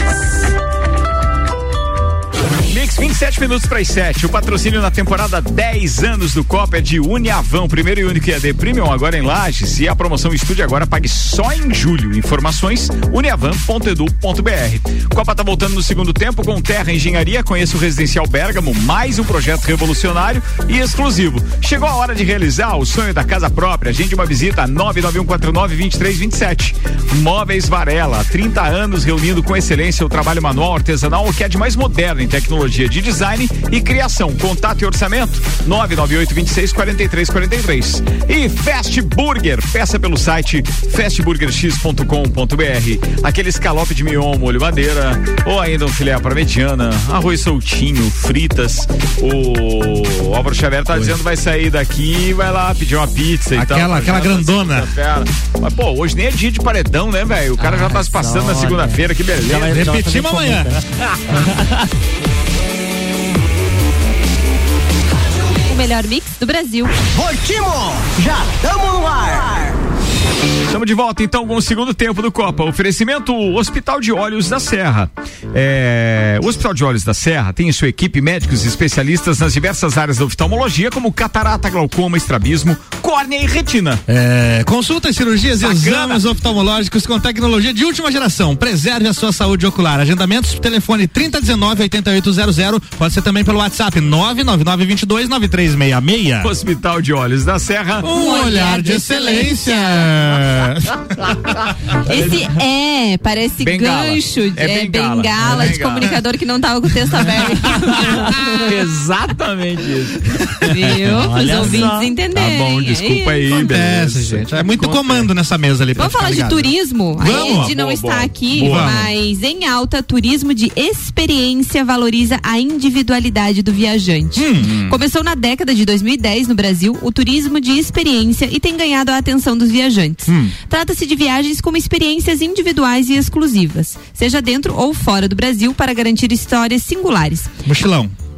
Mix, vinte e sete minutos para as sete. O patrocínio na temporada dez anos do Copa é de Uniavan, primeiro e único E A D Premium agora em Lages. E a promoção Estude Agora pague só em julho. Informações uniavan ponto edu ponto b r. Copa tá voltando no segundo tempo com Terra Engenharia. Conheça o Residencial Bérgamo, mais um projeto revolucionário e exclusivo. Chegou a hora de realizar o sonho da casa própria. Agende uma visita a nove nove um quatro nove, dois três dois sete. Móveis Varela, trinta anos reunindo com excelência o trabalho manual artesanal, o que é de mais moderno em tecnologia de design e criação. Contato e orçamento nove nove oito dois seis quatro três quatro três. E Fast Burger, peça pelo site fast burger x ponto com ponto b r. Aquele escalope de mignon, molho madeira, ou ainda um filé parmegiana, arroz soltinho, fritas. O Álvaro Xavier tá Oi. dizendo vai sair daqui e vai lá pedir uma pizza e aquela, tal. Aquela grandona. Mas pô, hoje nem é dia de paredão, né, velho? O cara ah, já tá se passando na segunda-feira, que beleza. Repetimos amanhã. O melhor mix do Brasil. Voltimo! Já estamos no ar! Estamos de volta então com o segundo tempo do Copa. Oferecimento Hospital de Olhos da Serra. É, o Hospital de Olhos da Serra tem em sua equipe médicos especialistas nas diversas áreas da oftalmologia, como catarata, glaucoma, estrabismo, córnea e retina. É, consultas, cirurgias e Bacana. exames oftalmológicos com tecnologia de última geração. Preserve a sua saúde ocular. Agendamentos, telefone trinta dezenove, oitenta e oito zero zero. Pode ser também pelo WhatsApp nove nove nove dois dois nove três seis seis. Hospital de Olhos da Serra. Um, um olhar de excelência. Esse é, parece bengala. gancho, é, é bengala, bengala é de bengala. comunicador que não tava com o texto aberto. Exatamente isso. Viu? Olha Os ouvintes só. entenderem. Tá bom, desculpa aí. Acontece, gente. É muito comando nessa mesa ali. Vamos falar de ligado. turismo? A Vamos. Ed não Boa, está boa. aqui, Boa. mas em alta, turismo de experiência valoriza a individualidade do viajante. Hum. Começou na década de dois mil e dez no Brasil o turismo de experiência e tem ganhado a atenção dos viajantes. Hum. Trata-se de viagens como experiências individuais e exclusivas, seja dentro ou fora do Brasil, para garantir histórias singulares. Mochilão.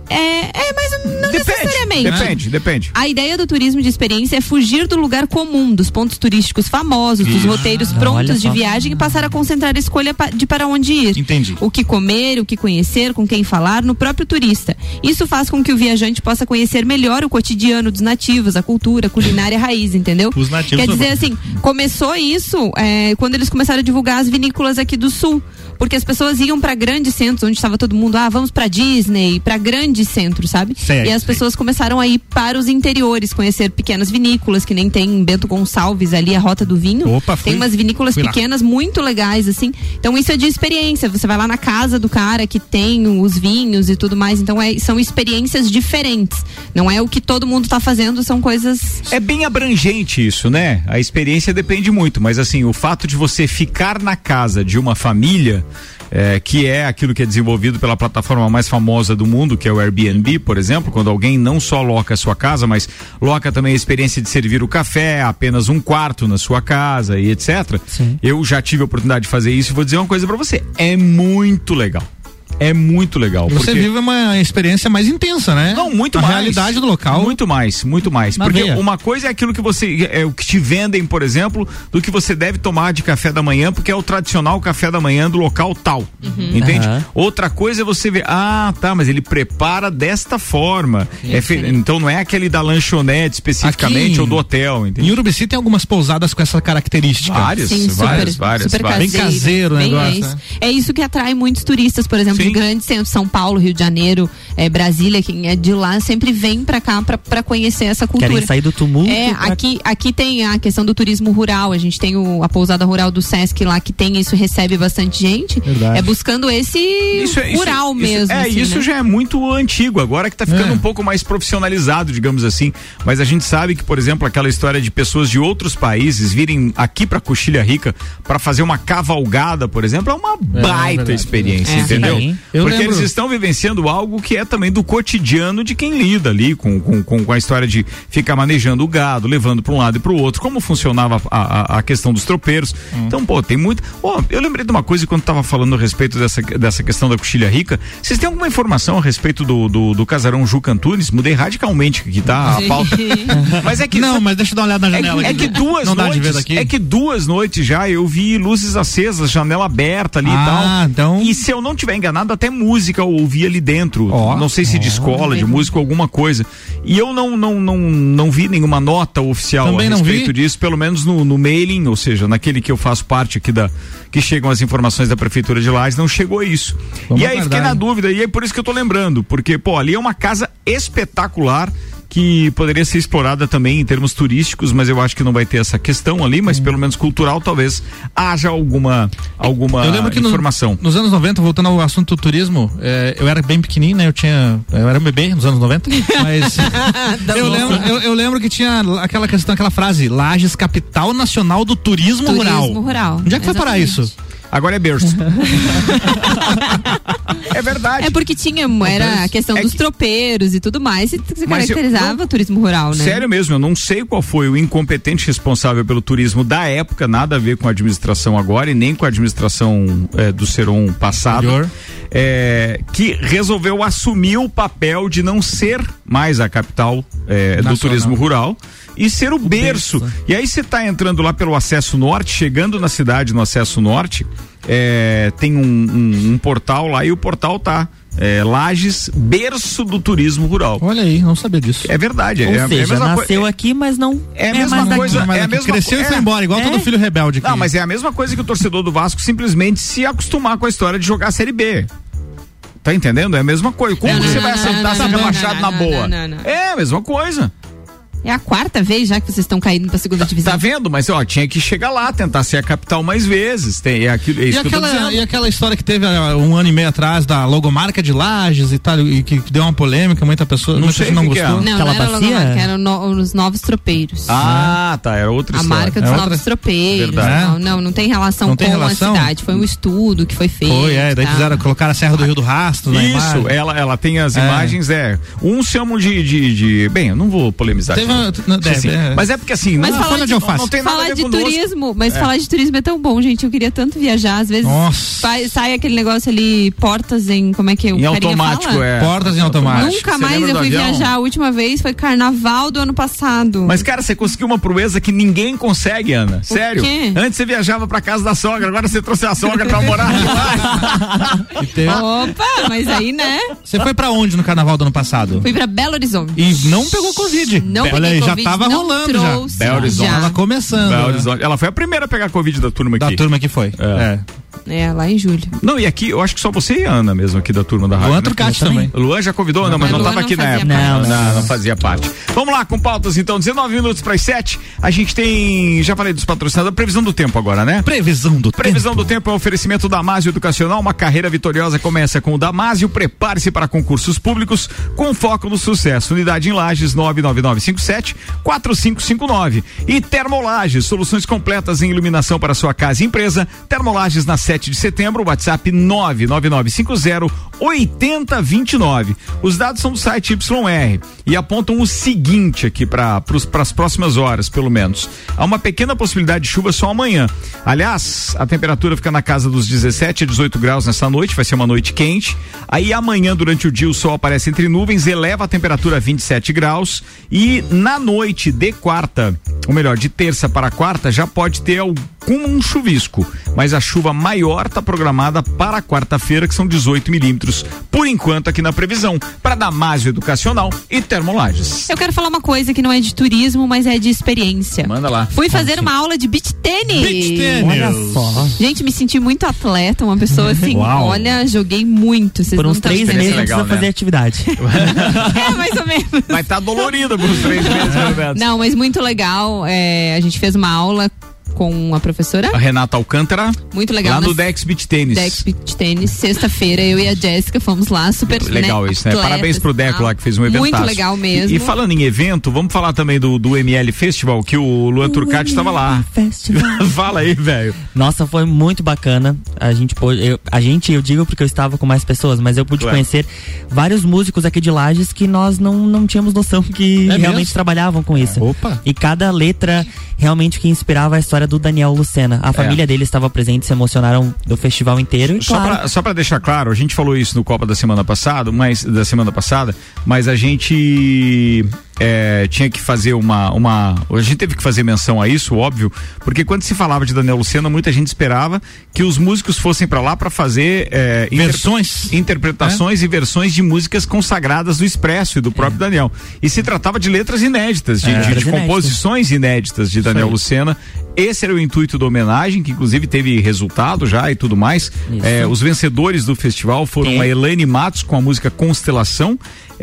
É, é mas não depende, necessariamente. Depende, depende. A ideia do turismo de experiência é fugir do lugar comum, dos pontos turísticos famosos, dos roteiros Ah, prontos de viagem e passar a concentrar a escolha de para onde ir. Entendi. O que comer, o que conhecer, com quem falar no próprio turista. Isso faz com que o viajante possa conhecer melhor o cotidiano dos nativos, a cultura, a culinária raiz, entendeu? Os nativos Quer dizer são assim, começou isso é, quando eles começaram a divulgar as vinícolas aqui do sul. Porque as pessoas iam para grandes centros, onde estava todo mundo, ah, vamos para Disney, para grandes centros, sabe? Sei, e as sei. pessoas começaram a ir para os interiores, conhecer pequenas vinícolas, que nem tem em Bento Gonçalves ali, a Rota do Vinho. Opa, fui, tem umas vinícolas pequenas muito legais, assim. Então isso é de experiência. Você vai lá na casa do cara que tem os vinhos e tudo mais. Então é, são experiências diferentes. Não é o que todo mundo tá fazendo, são coisas... É bem abrangente isso, né? A experiência depende muito, mas assim, o fato de você ficar na casa de uma família, é, que é aquilo que é desenvolvido pela plataforma mais famosa do mundo, que é o Airbnb, por exemplo, quando alguém não só loca a sua casa, mas loca também a experiência de servir o café, apenas um quarto na sua casa e etcétera. Sim. Eu já tive a oportunidade de fazer isso e vou dizer uma coisa pra você, é muito legal. É muito legal. Você porque... vive uma experiência mais intensa, né? Não, muito a mais. A realidade do local. Muito mais, muito mais. Na Porque veia. uma coisa é aquilo que você, é o que te vendem, por exemplo, do que você deve tomar de café da manhã, porque é o tradicional café da manhã do local tal. Uhum. Entende? Uhum. Outra coisa é você ver, ah, tá, mas ele prepara desta forma. É fe... Então não é aquele da lanchonete especificamente Aqui, ou do hotel, entende? Em Urubici tem algumas pousadas com essa característica. Várias, Sim, várias, super, várias, super várias. Bem caseiro o bem negócio, É isso. né? É isso que atrai muitos turistas, por exemplo, Sim. de grandes centros, São Paulo, Rio de Janeiro, é, Brasília, quem é de lá sempre vem pra cá pra, pra conhecer essa cultura. Querem sair do tumulto. É, pra... aqui, aqui tem a questão do turismo rural, a gente tem o, a pousada rural do Sesc lá, que tem isso, recebe bastante gente. Verdade. É buscando esse Isso é, isso- rural isso- mesmo. É, assim, isso né? já é muito antigo, agora que tá ficando É. um pouco mais profissionalizado, digamos assim. Mas a gente sabe que, por exemplo, aquela história de pessoas de outros países virem aqui pra Coxilha Rica pra fazer uma cavalgada, por exemplo, é uma baita verdade. experiência, É. entendeu? Sim. Eu Porque lembro- eles estão vivenciando algo que é também do cotidiano de quem lida ali com, com, com, com a história de ficar manejando o gado, levando pra um lado e pro outro, como funcionava a, a, a questão dos tropeiros. Hum. Então, pô, tem muito. Ó, eu lembrei de uma coisa quando tava falando a respeito dessa, dessa questão da Coxilha Rica. Vocês têm alguma informação a respeito do, do, do casarão Juca Antunes? Mudei radicalmente aqui, tá? A pauta. Mas é que. Não, mas deixa eu dar uma olhada na É janela que, é aqui. que duas Não dá de ver noites, daqui? é que duas noites já eu vi luzes acesas, janela aberta ali Ah, e tal. então- E se eu não tiver enganado, até música eu ouvi ali dentro. Ó. Não sei se de escola, de música, alguma coisa. E eu não não não, não vi nenhuma nota oficial Também a não respeito vi. disso, pelo menos no, no mailing, ou seja, naquele que eu faço parte aqui da que chegam as informações da prefeitura de Lages, não chegou isso. Vamos e aí aguardar, fiquei na hein? dúvida, e é por isso que eu tô lembrando, porque pô, ali é uma casa espetacular que poderia ser explorada também em termos turísticos, mas eu acho que não vai ter essa questão ali, mas pelo menos cultural talvez haja alguma alguma Eu lembro que no- informação. nos anos noventa, voltando ao assunto do turismo, é, eu era bem pequenininho, né? Eu tinha, eu era um bebê nos anos noventa, mas eu, lembro, eu, eu lembro que tinha aquela questão, aquela frase, Lages, capital nacional do turismo, rural. Turismo rural. Onde é que foi parar Exatamente. isso? Agora é berço. É verdade. É porque tinha, era a questão É dos que- tropeiros e tudo mais, e se Mas eu- caracterizava o turismo rural, né? Sério mesmo, eu não sei qual foi o incompetente responsável pelo turismo da época, nada a ver com a administração agora e nem com a administração é, do Seron passado, Anterior. é, que resolveu assumir o papel de não ser mais a capital é, do Nacional. turismo rural e ser o, berço. berço. E aí você tá entrando lá pelo acesso norte, chegando na cidade no acesso norte, é, tem um, um- um portal lá e o portal tá é, Lages, berço do turismo rural. Olha aí, não sabia disso. É verdade. Ou é, a- é a seja, mesma coi- nasceu aqui, mas não é a é mesma mais coisa, aqui. Mas é a aqui mesma cresceu co- e foi é. embora, igual É. todo filho rebelde aqui. Não, mas é a mesma coisa que o torcedor do Vasco simplesmente se acostumar com a história de jogar a Série B. Tá entendendo? É a mesma coisa. Como Não, não, você não, vai não, aceitar não, ser não, rebaixado não, na não, boa? não, não, não. É a mesma coisa. É a quarta vez já que vocês estão caindo pra segunda divisão. Tá vendo? Mas ó, tinha que chegar lá, tentar ser a capital mais vezes. Tem, é aquilo, é isso E que eu tô aquela, dizendo. e aquela história que teve uh, um ano e meio atrás da logomarca de Lages e tal, e que, que deu uma polêmica, muita pessoa, Não muita sei pessoa não o que que é. gostou. Não, Aquela não era bacia? logomarca, eram no, os novos tropeiros. Ah, tá. Era outra A história. marca dos É novos outra- tropeiros. Verdade. Não, não, não tem relação Não tem com relação? a cidade. Foi um estudo que foi feito. Foi, é, daí tá? fizeram, colocaram a Serra do Rio do Rastro na Isso, imagem. ela, ela tem as É. imagens, é. Uns chamam de, de, de- Bem, eu não vou polemizar. Teve, Não, não deve, sim, é. Mas é porque assim, mas não, falar de, de alface. Não tem nada falar a ver de conosco. turismo, mas é. falar de turismo é tão bom, gente. Eu queria tanto viajar. Às vezes sai, sai aquele negócio ali, portas em, como é que o em carinha automático, fala? É. Portas em automático. Nunca Você mais eu fui avião? viajar. A última vez foi carnaval do ano passado. Mas, cara, você conseguiu uma proeza que ninguém consegue, Ana. Sério. Quê? Antes você viajava pra casa da sogra, agora você trouxe a sogra pra morar aqui. Tem... Opa, mas aí, né? Você foi pra onde no carnaval do ano passado? Fui pra Belo Horizonte. E não pegou Covid. Não Olha peguei aí, COVID, já tava não rolando trouxe, já. Belo Horizonte. já. Tava começando. Belo né? Horizonte. Ela foi a primeira a pegar a Covid da turma aqui. Da turma que foi. É. é. É, lá em julho. Não, e aqui, eu acho que só você e a Ana mesmo aqui da turma da rádio. Luan né? Turcati também. O Luan já convidou? Não, não mas não Luan tava não aqui na fazia época. parte. Não, Não, não, não. não fazia parte. Vamos lá, com pautas então, dezenove minutos para as sete. A gente tem, já falei dos patrocinadores, previsão do tempo agora, né? Previsão do Previsão tempo. do tempo é um oferecimento Damásio Educacional. Uma carreira vitoriosa começa com o Damásio. Prepare-se para concursos públicos com foco no sucesso. Unidade em Lages, nove nove nove cinco sete quatro cinco cinco nove. E Termolages, soluções completas em iluminação para sua casa e empresa. Termolages na sete de setembro, WhatsApp nove nove nove cinco zero oito zero dois nove. Os dados são do site Y R e apontam o seguinte aqui para as próximas horas, pelo menos. Há uma pequena possibilidade de chuva só amanhã. Aliás, a temperatura fica na casa dos dezessete a dezoito graus nessa noite, vai ser uma noite quente. Aí amanhã, durante o dia, o sol aparece entre nuvens, eleva a temperatura a vinte e sete graus. E na noite de quarta, ou melhor, de terça para quarta, já pode ter algum um chuvisco. Mas a chuva maior está programada para quarta-feira, que são dezoito milímetros, por enquanto, aqui na previsão, para Damásio Educacional e Termolages. Eu quero falar uma coisa que não é de turismo, mas é de experiência. Manda lá. Fui fazer uma aula de beach tênis. Beach tênis. Olha só. Gente, me senti muito atleta, uma pessoa assim, Uau. olha, joguei muito. Vocês Por não uns tão três entendendo. meses legal, precisa né? fazer atividade. É, mais ou menos. Vai estar tá dolorida por uns três meses, pelo menos. Não, mas muito legal. É, a gente fez uma aula com a professora. A Renata Alcântara. Muito legal. Lá no nas- Dex Beach Tênis. Dex Beach Tênis, sexta-feira, eu e a Jéssica fomos lá, super Legal né, isso, né? atletas Parabéns pro e Deco tal. lá que fez um evento. Muito legal mesmo. E, e falando em evento, vamos falar também do, do M L Festival, que o Luan Turcati estava lá. Festival. Fala aí, velho. Nossa, foi muito bacana. A gente pôde, eu, a gente, eu digo porque eu estava com mais pessoas, mas eu pude Claro. conhecer vários músicos aqui de Lages que nós não, não tínhamos noção que É realmente mesmo? trabalhavam com isso. Opa. E cada letra realmente que inspirava a história do Daniel Lucena. A família dele estava presente, se emocionaram do festival inteiro. E Só claro, pra, só pra deixar claro, a gente falou isso no Copa da semana passada, mas da semana passada, mas a gente é, tinha que fazer uma, uma. A gente teve que fazer menção a isso, óbvio, porque quando se falava de Daniel Lucena, muita gente esperava que os músicos fossem pra lá pra fazer é, inter- Versões. interpretações e versões de músicas consagradas do Expresso e do próprio Daniel. E se tratava de letras inéditas, de, É. de- de Letras inéditas. composições inéditas de Daniel aí. Lucena. Esse era o intuito da homenagem, que inclusive teve resultado já e tudo mais. É, os vencedores do festival foram É. a Elaine Matos com a música Constelação,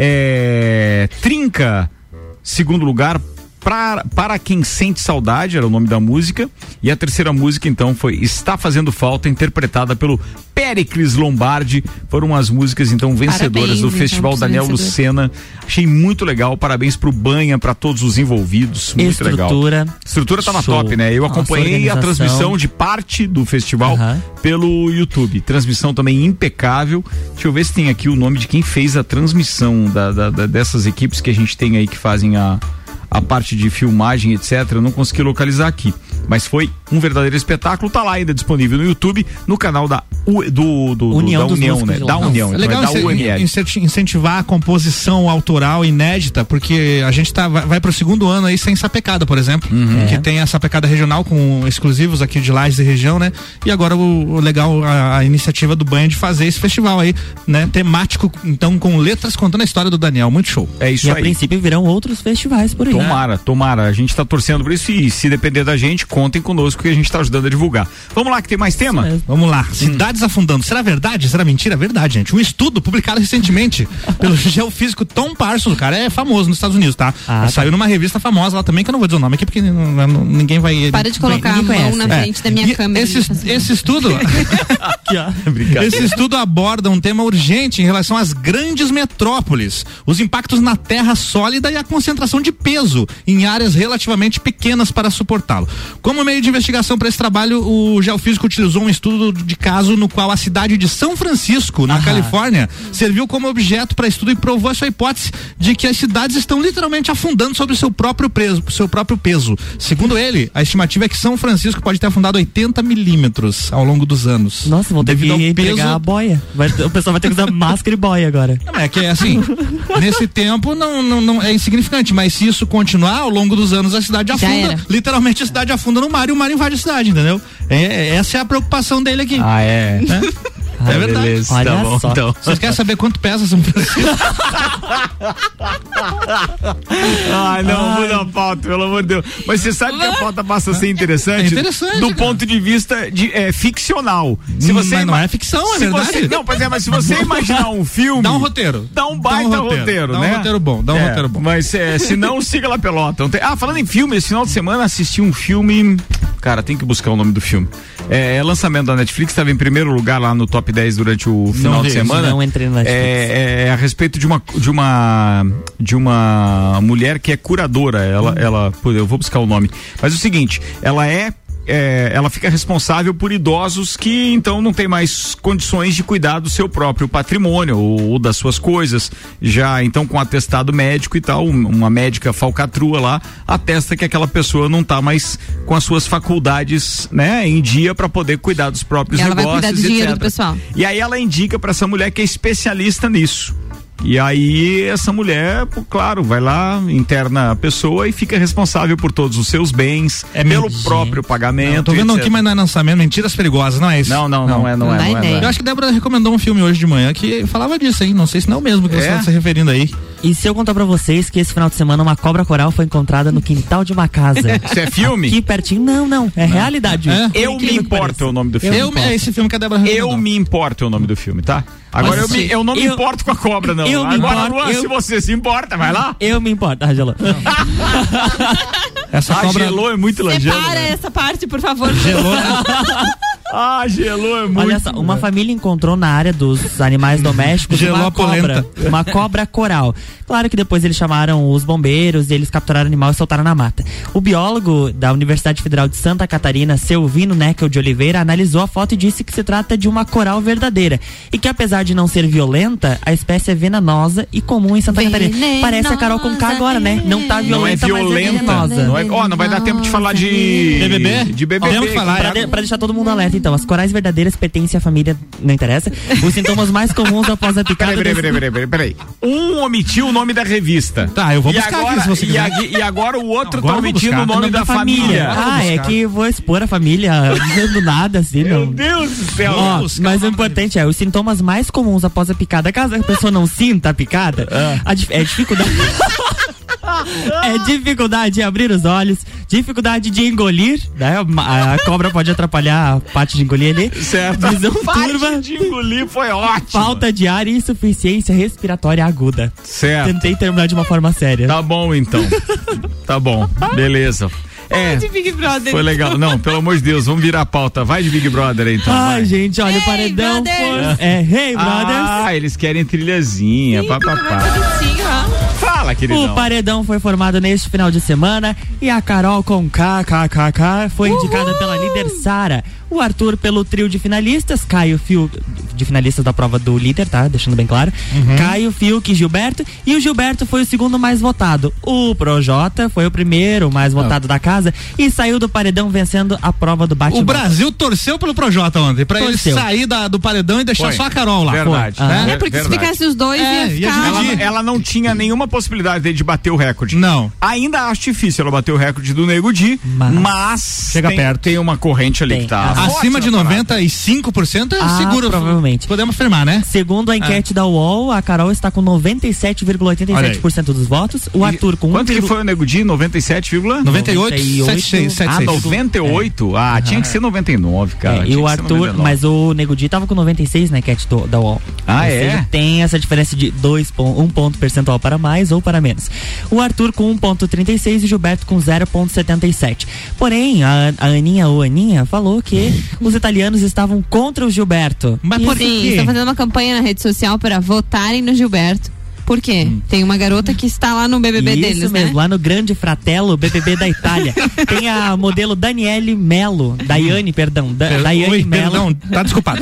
é, Trinca, segundo lugar, pra, Para Quem Sente Saudade, era o nome da música, e a terceira música então foi Está Fazendo Falta, interpretada pelo Péricles Lombardi. Foram as músicas então vencedoras Parabéns, do então, Festival pros Daniel vencedores. Lucena. Achei muito legal, parabéns pro Banha, pra todos os envolvidos, muito legal. estrutura. Estrutura tava Show. top, né? Eu Nossa, acompanhei a organização. transmissão de parte do festival Aham. pelo YouTube. Transmissão também impecável. Deixa eu ver se tem aqui o nome de quem fez a transmissão da, da- da- dessas equipes que a gente tem aí que fazem a, a parte de filmagem, etcétera. Eu não consegui localizar aqui. Mas foi um verdadeiro espetáculo. Tá lá ainda disponível no YouTube, no canal da U, do, do, do- União da dos União, Músicos né? de Da Lages. União, É então legal é da ince- U M L. incenti- incentivar a composição autoral inédita, porque a gente tá, vai, vai pro segundo ano aí sem sapecada, por exemplo, Uhum. que É. tem a sapecada regional com exclusivos aqui de Lages e região, né? E agora o, o legal, a, a iniciativa do Banha de fazer esse festival aí, né? Temático, então, com letras contando a história do Daniel, muito show. É isso E a aí. princípio virão outros festivais por aí. Tomara, tomara. A gente tá torcendo por isso e se depender da gente, contem conosco que a gente tá ajudando a divulgar. Vamos lá que tem mais tema? mesmo. Vamos lá, cidades afundando. Será verdade? Será mentira? Verdade, gente. Um estudo publicado recentemente pelo geofísico Tom Parsons, o cara é famoso nos Estados Unidos, tá? Ah, Saiu numa revista famosa lá também, que eu não vou dizer o nome aqui, porque não- não- ninguém vai... Para de colocar a ninguém mão conhece. na É. frente da minha E câmera. Esse, esse estudo... Aqui, ó. Brincadeira. Esse estudo aborda um tema urgente em relação às grandes metrópoles, os impactos na terra sólida e a concentração de peso peso em áreas relativamente pequenas para suportá-lo. Como meio de investigação para esse trabalho, o geofísico utilizou um estudo de caso no qual a cidade de São Francisco, na Aham. Califórnia, serviu como objeto para estudo e provou a sua hipótese de que as cidades estão literalmente afundando sobre o seu próprio peso, seu próprio peso. Segundo ele, a estimativa é que São Francisco pode ter afundado oitenta milímetros ao longo dos anos. Nossa, vou ter devido que ao pegar peso... a boia. Vai, o pessoal vai ter que usar máscara e boia agora. Não, é que é assim, nesse tempo não, não, não é insignificante, mas se isso continuar, ao longo dos anos a cidade afunda, literalmente a cidade afunda no mar e o mar invade a cidade, entendeu? É, essa é a preocupação dele aqui. Ah, é? Né? Ah, é verdade. Beleza, Olha tá bom, só. Então. Vocês querem saber quanto pesa São Francisco? Ai, não, muda a pauta, pelo amor de Deus. Mas você sabe que a pauta passa a ser interessante? É interessante. Do cara. ponto de vista de, é, ficcional. Se você mas ima... não é ficção, é verdade. Você... Não, pois é, mas se você imaginar um filme. Dá um roteiro. Dá um baita dá um roteiro, roteiro, dá né? Dá um roteiro bom, dá um é, roteiro bom. Mas é, se não, siga lá pelota. Ah, falando em filme, esse final de semana assisti um filme. Cara, tem que buscar o nome do filme. É, é lançamento da Netflix, estava em primeiro lugar lá no top dez durante o final não de semana. Não entrei na Netflix. É, é a respeito de uma de uma de uma mulher que é curadora. Ela, hum. ela, eu vou buscar o nome. Mas é o seguinte, ela é É, ela fica responsável por idosos que então não tem mais condições de cuidar do seu próprio patrimônio ou, ou das suas coisas, já então com atestado médico e tal, uma médica falcatrua lá atesta que aquela pessoa não está mais com as suas faculdades, né, em dia para poder cuidar dos próprios ela negócios, vai cuidar do dinheiro do pessoal. E aí ela indica para essa mulher que é especialista nisso. E aí essa mulher, claro, vai lá, interna a pessoa e fica responsável por todos os seus bens, é pelo gente. próprio pagamento. Não, tô vendo etcétera aqui, mas não é lançamento, Mentiras Perigosas, não é isso? Não, não, não, não é, não, não é, não é, não é. Eu acho que a Débora recomendou um filme hoje de manhã que falava disso, hein? Não sei se não é o mesmo que é? você está se referindo aí. E se eu contar pra vocês que esse final de semana uma cobra coral foi encontrada no quintal de uma casa. Isso é filme? Aqui pertinho, não, não, é não. realidade. É? Eu Me Importo é o nome do filme. Eu, é esse filme que a Débora recomendou. Eu Me Importo é o nome do filme, tá? Agora eu, me, eu não me eu, importo com a cobra, não. Eu Agora, me importo, Luan, eu, se você se importa, vai lá. Eu me importo, ah, gelou. Essa ah, cobra gelou é muito lanjando. Separa né? essa parte, por favor. Gelou. Ah, gelou é muito. Olha só, uma família encontrou na área dos animais domésticos gelou uma a cobra, uma cobra coral. Claro que depois eles chamaram os bombeiros e eles capturaram o animal e soltaram na mata. O biólogo da Universidade Federal de Santa Catarina, Selvino Neckel de Oliveira, analisou a foto e disse que se trata de uma coral verdadeira e que apesar de não ser violenta, a espécie é venenosa e comum em Santa venenosa, Catarina. Parece a Carol Conká agora, né? Não tá violenta, não é violenta, mas é venenosa. Não, é, ó, não vai dar tempo de falar de B B B? De B B B. Ó, falar, pra, de, pra deixar todo mundo alerta, então, as corais verdadeiras pertencem à família, não interessa. Os sintomas mais comuns após a picada. Peraí, peraí, peraí, peraí, peraí. Um omitiu o nome da revista. Tá, eu vou buscar agora, aqui se você quiser. E, a, e agora o outro não, agora tá omitindo o nome, nome da família. família. Ah, é que vou expor a família do nada, assim, Meu não. Deus do céu. Ó, mas o importante é, os sintomas mais comuns após a picada, caso a pessoa não sinta a picada, ah. a, é dificuldade... É dificuldade de abrir os olhos, dificuldade de engolir, né? A, a cobra pode atrapalhar a parte de engolir ali. Certo. Visão parte turva, de engolir foi ótimo. Falta de ar e insuficiência respiratória aguda. Certo. Tentei terminar de uma forma séria. Tá bom, então. Tá bom, beleza. É, de Big Brother. Foi legal. Não, pelo amor de Deus, vamos virar a pauta. Vai de Big Brother aí, então. Ai, vai. gente, olha, hey, o paredão foi... É, Hey Brothers. Ah, eles querem trilhazinha, papapá. Fala, queridão. O paredão foi formado neste final de semana e a Carol com K K K K foi Uhul. indicada pela líder Sara. O Arthur pelo trio de finalistas, Caio, Fiuk, de finalistas da prova do líder, tá? Deixando bem claro. Uhum. Caio, Fiuk e Gilberto. E o Gilberto foi o segundo mais votado. O Projota foi o primeiro mais votado ah. da casa e saiu do paredão vencendo a prova do bate-bola. O Brasil torceu pelo Projota ontem, pra torceu. ele sair da, do paredão e deixar foi. só a Carol lá. Verdade. Foi, ah. né? É porque Verdade. se ficasse os dois é, ia ficar... Ela, ela não tinha nenhuma possibilidade de bater o recorde. Não. Ainda acho difícil ela bater o recorde do Nego Di, mas, mas chega tem, perto. Tem uma corrente ali tem. que tá acima de noventa e cinco por cento é ah, seguro. Provavelmente. Podemos afirmar, né? Segundo a enquete ah. da U O L, a Carol está com noventa e sete vírgula oitenta e sete por cento dos votos. O Arthur com quanto um, que foi o Nego Di? noventa e sete, noventa e oito, setenta e seis. Ah, noventa e oito? É. Ah, tinha que ser noventa e nove, cara. É, e o Arthur, mas o Nego Di tava com noventa e seis na enquete do, da U O L. Ah, ou é? Seja, tem essa diferença de dois, um ponto percentual para mais ou para menos. O Arthur com um ponto trinta e seis e o Gilberto com zero ponto setenta e sete. Porém, a, a Aninha ou Aninha falou que os italianos estavam contra o Gilberto. Mas por Sim, estão fazendo uma campanha na rede social para votarem no Gilberto. Por quê? Hum. Tem uma garota que está lá no B B B Isso deles, mesmo, né? Lá no Grande Fratello, B B B da Itália. Tem a modelo Daniele Mello, Daiane, perdão, da, Per- Daiane Oi, Mello. Perdão, tá desculpado.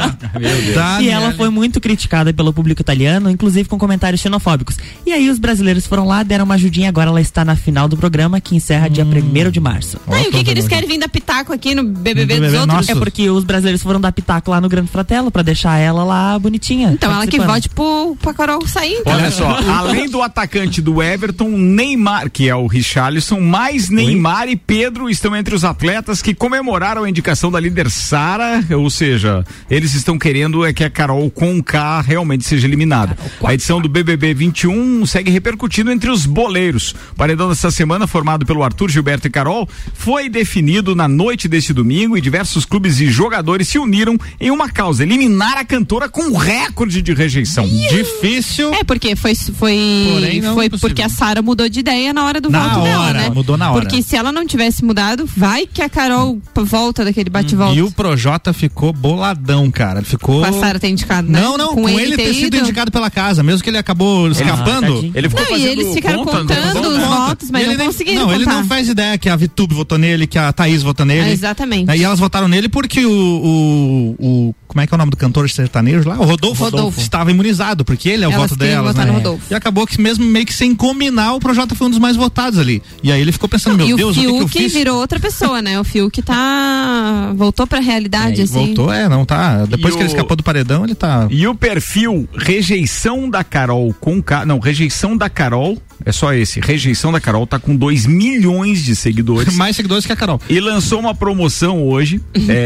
E ela foi muito criticada pelo público italiano, inclusive com comentários xenofóbicos. E aí os brasileiros foram lá, deram uma ajudinha, agora ela está na final do programa, que encerra hum. dia primeiro de março. Ah, e o que, que eles querem vir dar pitaco aqui no B B B dos outros? Nossa. É porque os brasileiros foram dar pitaco lá no Grande Fratello pra deixar ela lá bonitinha. Então ela que vote pro, pra Carol sair. Então. Olha só, além do atacante do Everton, Neymar, que é o Richarlison, mais Neymar Oi? e Pedro estão entre os atletas que comemoraram a indicação da líder Sara, ou seja, eles estão querendo é que a Carol Conká realmente seja eliminada. A edição do B B B vinte e um segue repercutindo entre os boleiros. O paredão dessa semana, formado pelo Arthur, Gilberto e Carol, foi definido na noite deste domingo e diversos clubes e jogadores se uniram em uma causa: eliminar a cantora com recorde de rejeição. Ih, difícil. É, porque foi, foi, foi porque a Sara mudou de ideia na hora do na voto hora, dela, né? Mudou na hora. Porque se ela não tivesse mudado, vai que a Carol volta daquele bate-volta. E o Projota ficou boladão, cara. Ele ficou. Com a Sara ter indicado, né? Não, não, com, com ele, ele ter, ter sido indicado pela casa, mesmo que ele acabou escapando. Ah, ele ficou não, e eles ficaram conta, contando os votos, mas ele não conseguiram. Não, contar. ele não faz ideia que a Vitube votou nele, que a Thaís votou nele. Ah, exatamente. E elas votaram nele porque o, o, o como é que é o nome do cantor sertanejo lá? O Rodolfo, Rodolfo. estava imunizado, porque ele é o elas voto delas, né? E acabou que mesmo meio que sem combinar, o Projota foi um dos mais votados ali. E aí ele ficou pensando, não, meu Deus, o que, que eu fiz? virou outra pessoa, né? O Fiuk tá voltou pra realidade, é, assim. Voltou, é, não tá. Depois e que o... ele escapou do paredão, ele tá. E o perfil Rejeição da Carol com K, não, Rejeição da Carol, é só esse, Rejeição da Carol tá com dois milhões de seguidores. Mais seguidores que a Carol. E lançou uma promoção hoje,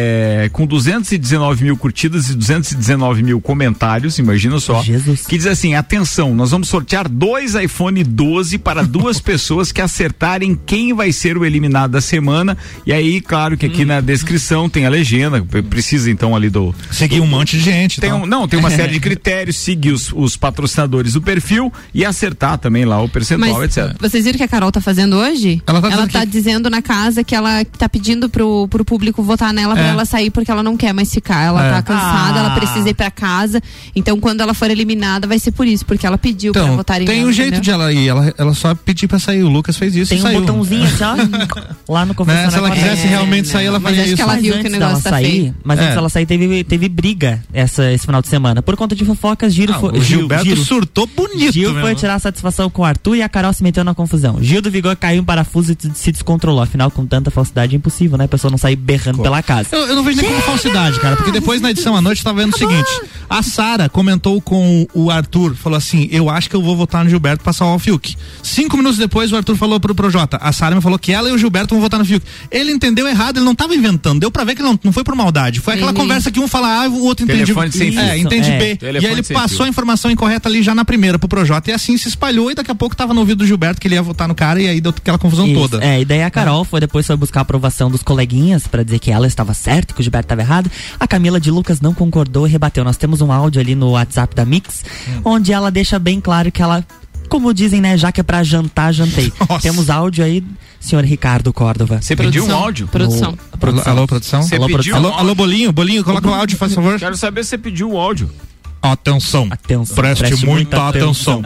é, com duzentos e dezenove mil curtidas e duzentos e dezenove mil comentários, imagina só. Jesus. Que diz assim: atenção, nós vamos sortear dois iPhone doze para duas pessoas que acertarem quem vai ser o eliminado da semana. E aí, claro que aqui hum. na descrição tem a legenda, precisa então ali do... Seguir um monte de gente. Tem um, não, tem uma série de critérios, seguir os, os patrocinadores do perfil e acertar também lá o percentual, Mas, etcétera. Vocês viram o que a Carol tá fazendo hoje? Ela tá, ela dizendo, tá que... dizendo na casa que ela tá pedindo pro, pro público votar nela pra é. ela sair porque ela não quer mais ficar. Ela é. tá cansada, ah. ela precisa ir pra casa. Então quando ela for eliminada vai ser por isso, porque ela pediu então, pra votar em tem ela. um jeito, entendeu? De ela ir, ela, ela só pedir pra sair. O Lucas fez isso. Tem um saiu. botãozinho assim, ó, lá no confessionário. Né? Se ela quisesse é, realmente sair, ela faria mas acho isso. Que ela mas viu antes que o negócio tá sair, feio. Mas é. antes dela sair, teve, teve briga essa, esse final de semana. Por conta de fofocas, Giro ah, foi. O Gilberto Giro, surtou bonito. Gil mesmo. foi tirar satisfação com o Arthur e a Carol se meteu na confusão. Gil do Vigor caiu em parafuso e se descontrolou. Afinal, com tanta falsidade é impossível, né? A pessoa não sair berrando Pô. pela casa. Eu, eu não vejo nem como falsidade, cara, porque depois na edição à noite tava vendo o seguinte: a Sara comentou com o Arthur, falou assim: eu acho que eu vou votar no Gilberto pra salvar o Fiuk. Cinco minutos depois o Arthur falou pro Projota, a Sara me falou que ela e o Gilberto vão votar no Fiuk. Ele entendeu errado, ele não tava inventando, deu pra ver que não, não foi por maldade, foi aquela uhum. conversa que um fala A, o outro entende Telefone sem fio. É, entende é. B. Telefone e aí ele passou fio. a informação incorreta ali já na primeira pro Projota, e assim se espalhou, e daqui a pouco tava no ouvido do Gilberto que ele ia votar no cara, e aí deu aquela confusão Isso. toda. É, e daí a Carol foi depois foi buscar a aprovação dos coleguinhas pra dizer que ela estava certa, que o Gilberto estava errado. A Camila de Lucas não concordou e rebateu. Nós temos um áudio ali no WhatsApp da Mix, hum. onde ela deixa bem claro que ela, como dizem, né, já que é pra jantar, jantei. Nossa. Temos áudio aí, senhor Ricardo Córdova. Você pediu um áudio? Produção. No, produção. Alô, produção? Você alô, pediu produção? Alô, alô, Bolinho, Bolinho, coloca o áudio, faz favor. Quero saber se você pediu o áudio. Atenção. Atenção. Preste, Preste muita, muita atenção.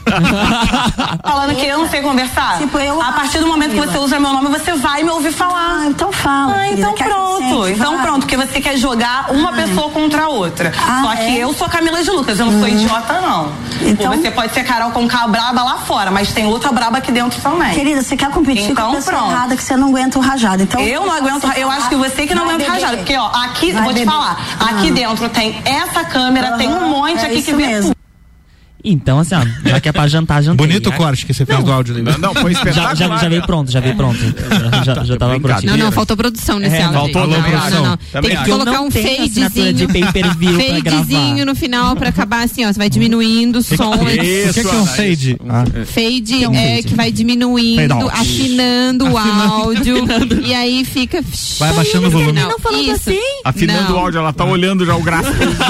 atenção. Falando que eu não sei conversar. Tipo, eu, a partir do momento que você usa meu nome, você vai me ouvir falar. Ah, então fala. Ah, então pronto. Então pronto, porque você quer jogar uma ah. pessoa contra a outra. Ah, Só que é? eu sou Camila de Lucas, eu não hum. sou idiota, não. Então... Ou você pode ser Carol com K braba lá fora, mas tem outra braba aqui dentro também. Querida, você quer competir então, com a pessoa errada que você não aguenta o rajado. Então, eu não aguento, eu acho que você que não aguenta o rajado. Porque, ó, aqui, vai vou beber. te falar, aqui ah. dentro tem essa câmera, ah. tem um monte é aqui que vê tudo. Então, assim, ó, já que é pra jantar, jantei. Bonito o corte que você fez não, do áudio ali. Não, não, foi espetacular. Já, já, já veio pronto, já veio pronto. Já, já, já tava pronto. Não, não, faltou produção nesse é, áudio. Faltou não, não, não, não, não. Tem que colocar um fadezinho. Fadezinho no final pra acabar assim, ó. Você vai diminuindo o som. O que, que é um fade? Ah. Fade é, um é que vai diminuindo, afinando o áudio. E aí fica. Vai abaixando o volume. Não falando assim? Afinando o áudio, ela tá olhando já o gráfico.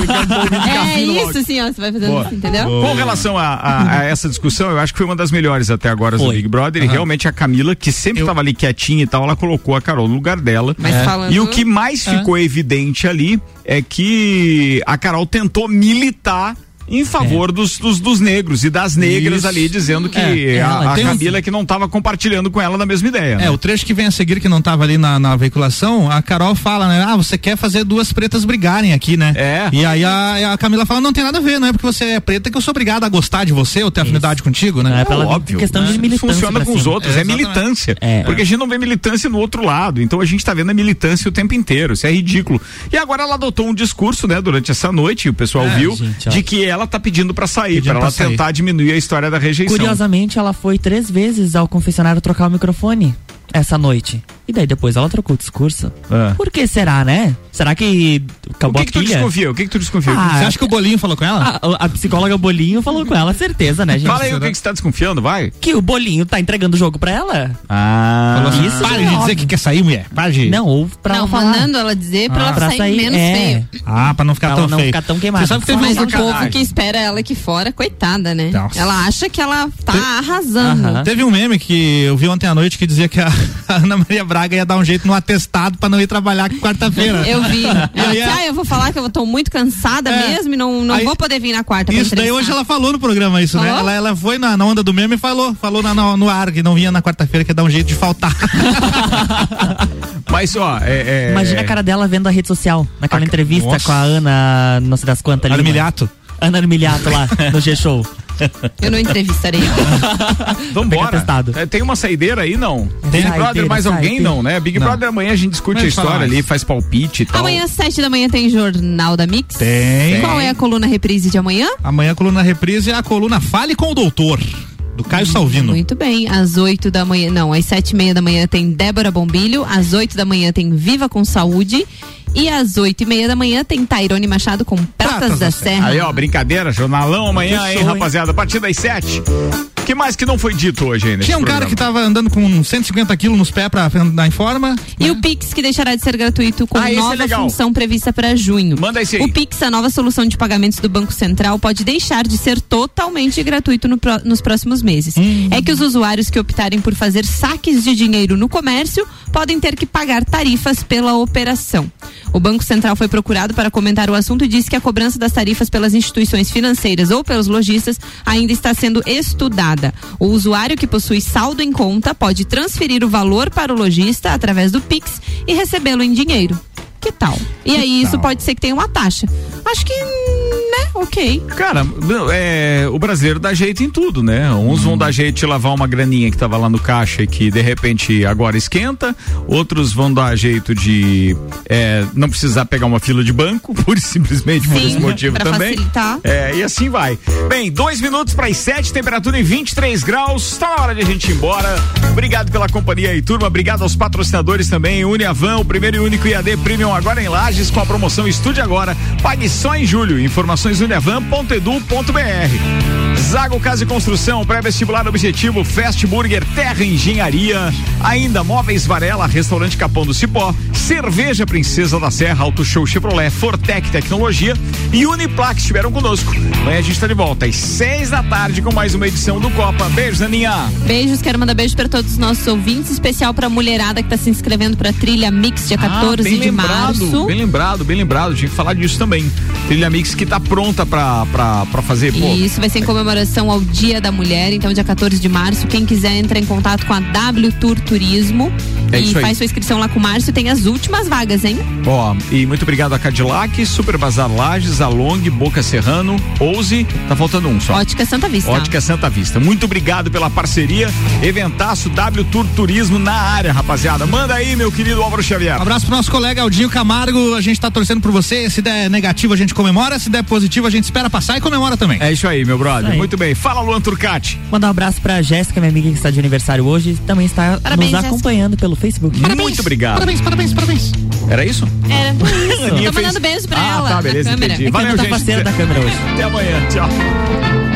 É isso, assim, ó. Você vai fazendo assim, entendeu? Com relação a a essa discussão, eu acho que foi uma das melhores até agora do Big Brother, uhum. e realmente a Camila, que sempre estava eu... ali quietinha e tal, ela colocou a Carol no lugar dela. Mas é. falando... E o que mais ficou é. evidente ali é que a Carol tentou militar em favor é. dos, dos, dos negros e das negras Isso. ali, dizendo que é. a, a Camila um... que não estava compartilhando com ela da mesma ideia. É, né? o trecho que vem a seguir, que não estava ali na, na veiculação, a Carol fala, né? Ah, você quer fazer duas pretas brigarem aqui, né? É. E aí a, a Camila fala, não tem nada a ver, não é porque você é preta que eu sou obrigada a gostar de você ou ter Isso. afinidade contigo, né? Não, é pela é óbvio. questão né? de militância. Funciona com os outros, é, é militância. É. Porque a gente não vê militância no outro lado, então a gente tá vendo a militância o tempo inteiro, isso é ridículo. E agora ela adotou um discurso, né, durante essa noite, e o pessoal é, viu, gente, de que ela tá pedindo pra sair, pedindo pra ela pra tentar sair. diminuir a história da rejeição. Curiosamente, ela foi três vezes ao confessionário trocar o microfone essa noite. E daí depois ela trocou o discurso. É. Por que será, né? Será que acabou a pilha? O que, que tu desconfia? O que, que tu desconfia? Ah, você acha que o Bolinho falou com ela? A, a psicóloga Bolinho falou com ela, certeza, né, gente? Fala aí o que, que você tá desconfiando, vai. Que o Bolinho tá entregando o jogo pra ela. Ah. Falou assim, isso para de dizer que quer sair, mulher. Para de... Não, ou pra não, ela falar. mandando ela dizer pra ah. ela pra sair, sair menos é. feio. Ah, pra não ficar pra tão não feio. ficar tão queimado. Você sabe que teve Mas um o povo que espera ela aqui fora, coitada, né? Nossa. Ela acha que ela tá Te... arrasando. Uh-huh. Teve um meme que eu vi ontem à noite que dizia que a, a Ana Maria Braga ia dar um jeito no atestado pra não ir trabalhar quarta-feira. Eu vi. Ela disse, ah, eu vou falar que eu tô muito cansada é. mesmo e não, não aí, vou poder vir na quarta. Isso, daí hoje ela falou no programa isso, falou? né? Ela, ela foi na, na onda do meme e falou, falou na, no, no ar que não vinha na quarta-feira, que ia dar um jeito de faltar. Mas, ó, é, é, imagina a cara dela vendo a rede social, naquela a, entrevista nossa. com a Ana, não sei das quantas ali. Armiliato. Ana Armiliato lá, no G-Show. Eu não entrevistarei. Vambora. Tem uma saideira aí, não? Big Saideira, Brother, mais alguém, saideira. não, né? Big não. Brother, amanhã a gente discute a história ali, faz palpite e tal. Amanhã às sete da manhã tem Jornal da Mix? Tem. Qual é a coluna reprise de amanhã? Amanhã a coluna reprise é a coluna Fale com o Doutor, do Caio Salvino. Muito bem, às oito da manhã, não, às sete e meia da manhã tem Débora Bombilho, às oito da manhã tem Viva com Saúde. E às oito e meia da manhã tem Tairone Machado com Pratas, Pratas da, da Serra. Aí, ó, brincadeira, jornalão amanhã, Fechou, hein, rapaziada, a partir das sete. O que mais que não foi dito hoje aí nesse Tinha um programa? cara que tava andando com cento e cinquenta quilos nos pés pra andar em forma. E né? o Pix, que deixará de ser gratuito com ah, nova é função prevista para junho. Manda esse aí. O Pix, a nova solução de pagamentos do Banco Central, pode deixar de ser totalmente gratuito no pro, nos próximos meses. Hum. É que os usuários que optarem por fazer saques de dinheiro no comércio podem ter que pagar tarifas pela operação. O Banco Central foi procurado para comentar o assunto e disse que a cobrança das tarifas pelas instituições financeiras ou pelos lojistas ainda está sendo estudada. O usuário que possui saldo em conta pode transferir o valor para o lojista através do Pix e recebê-lo em dinheiro. Que tal? E que aí tal? Isso pode ser que tenha uma taxa. Acho que, né? Ok. Cara, é, o brasileiro dá jeito em tudo, né? Uns hum. vão dar jeito de lavar uma graninha que tava lá no caixa e que de repente agora esquenta. Outros vão dar jeito de é, não precisar pegar uma fila de banco, pura e simplesmente por esse motivo também. Facilitar. É, e assim vai. Bem, dois minutos para as sete, temperatura em vinte e três graus. Está na hora de a gente ir embora. Obrigado pela companhia aí, turma. Obrigado aos patrocinadores também. Uniavan, o primeiro e único I A D Premium agora em Lages com a promoção Estude Agora. Pague só em julho. Informações uniavan ponto edu ponto br. Zago Casa e Construção, pré-vestibular objetivo, Fast Burger, Terra Engenharia, ainda Móveis Varela, Restaurante Capão do Cipó, Cerveja Princesa da Serra, Auto Show Chevrolet, Fortec Tecnologia e Uniplac estiveram conosco. Amanhã a gente está de volta às seis da tarde com mais uma edição do Copa. Beijos, Aninha. Beijos, quero mandar beijo para todos os nossos ouvintes, especial para a mulherada que está se inscrevendo para Trilha Mix dia quatorze ah, de março. Bem lembrado, bem lembrado, tinha que falar disso também. Trilha Mix que tá pronta pra, pra, pra fazer, pô. Isso vai ser em comemoração ao Dia da Mulher, então dia quatorze de março, quem quiser entra em contato com a W Tour Turismo é e faz sua inscrição lá com o Márcio, tem as últimas vagas, hein? Ó, e muito obrigado a Cadillac, Super Bazar Lages, Along, Boca Serrano, Ouse, tá faltando um só. Ótica Santa Vista. Ótica Santa Vista, muito obrigado pela parceria, eventaço W Tour Turismo na área, rapaziada, manda aí, meu querido Álvaro Xavier. Um abraço pro nosso colega Aldinho Camargo, a gente tá torcendo por você, se der negativo a gente comemora, se der positivo a gente espera passar e comemora também. É isso aí, meu brother, muito bem, fala Luan Turcati. Mandar um abraço pra Jéssica, minha amiga que está de aniversário hoje, também está parabéns, nos Jéssica. acompanhando pelo Facebook. Parabéns. Muito obrigado. Parabéns, parabéns, parabéns. Era isso? Era isso. Tô fez... mandando beijo pra ah, ela. Tá, beleza, na câmera. entendi. É Valeu, tá gente. parceira da câmera hoje. Até amanhã, tchau.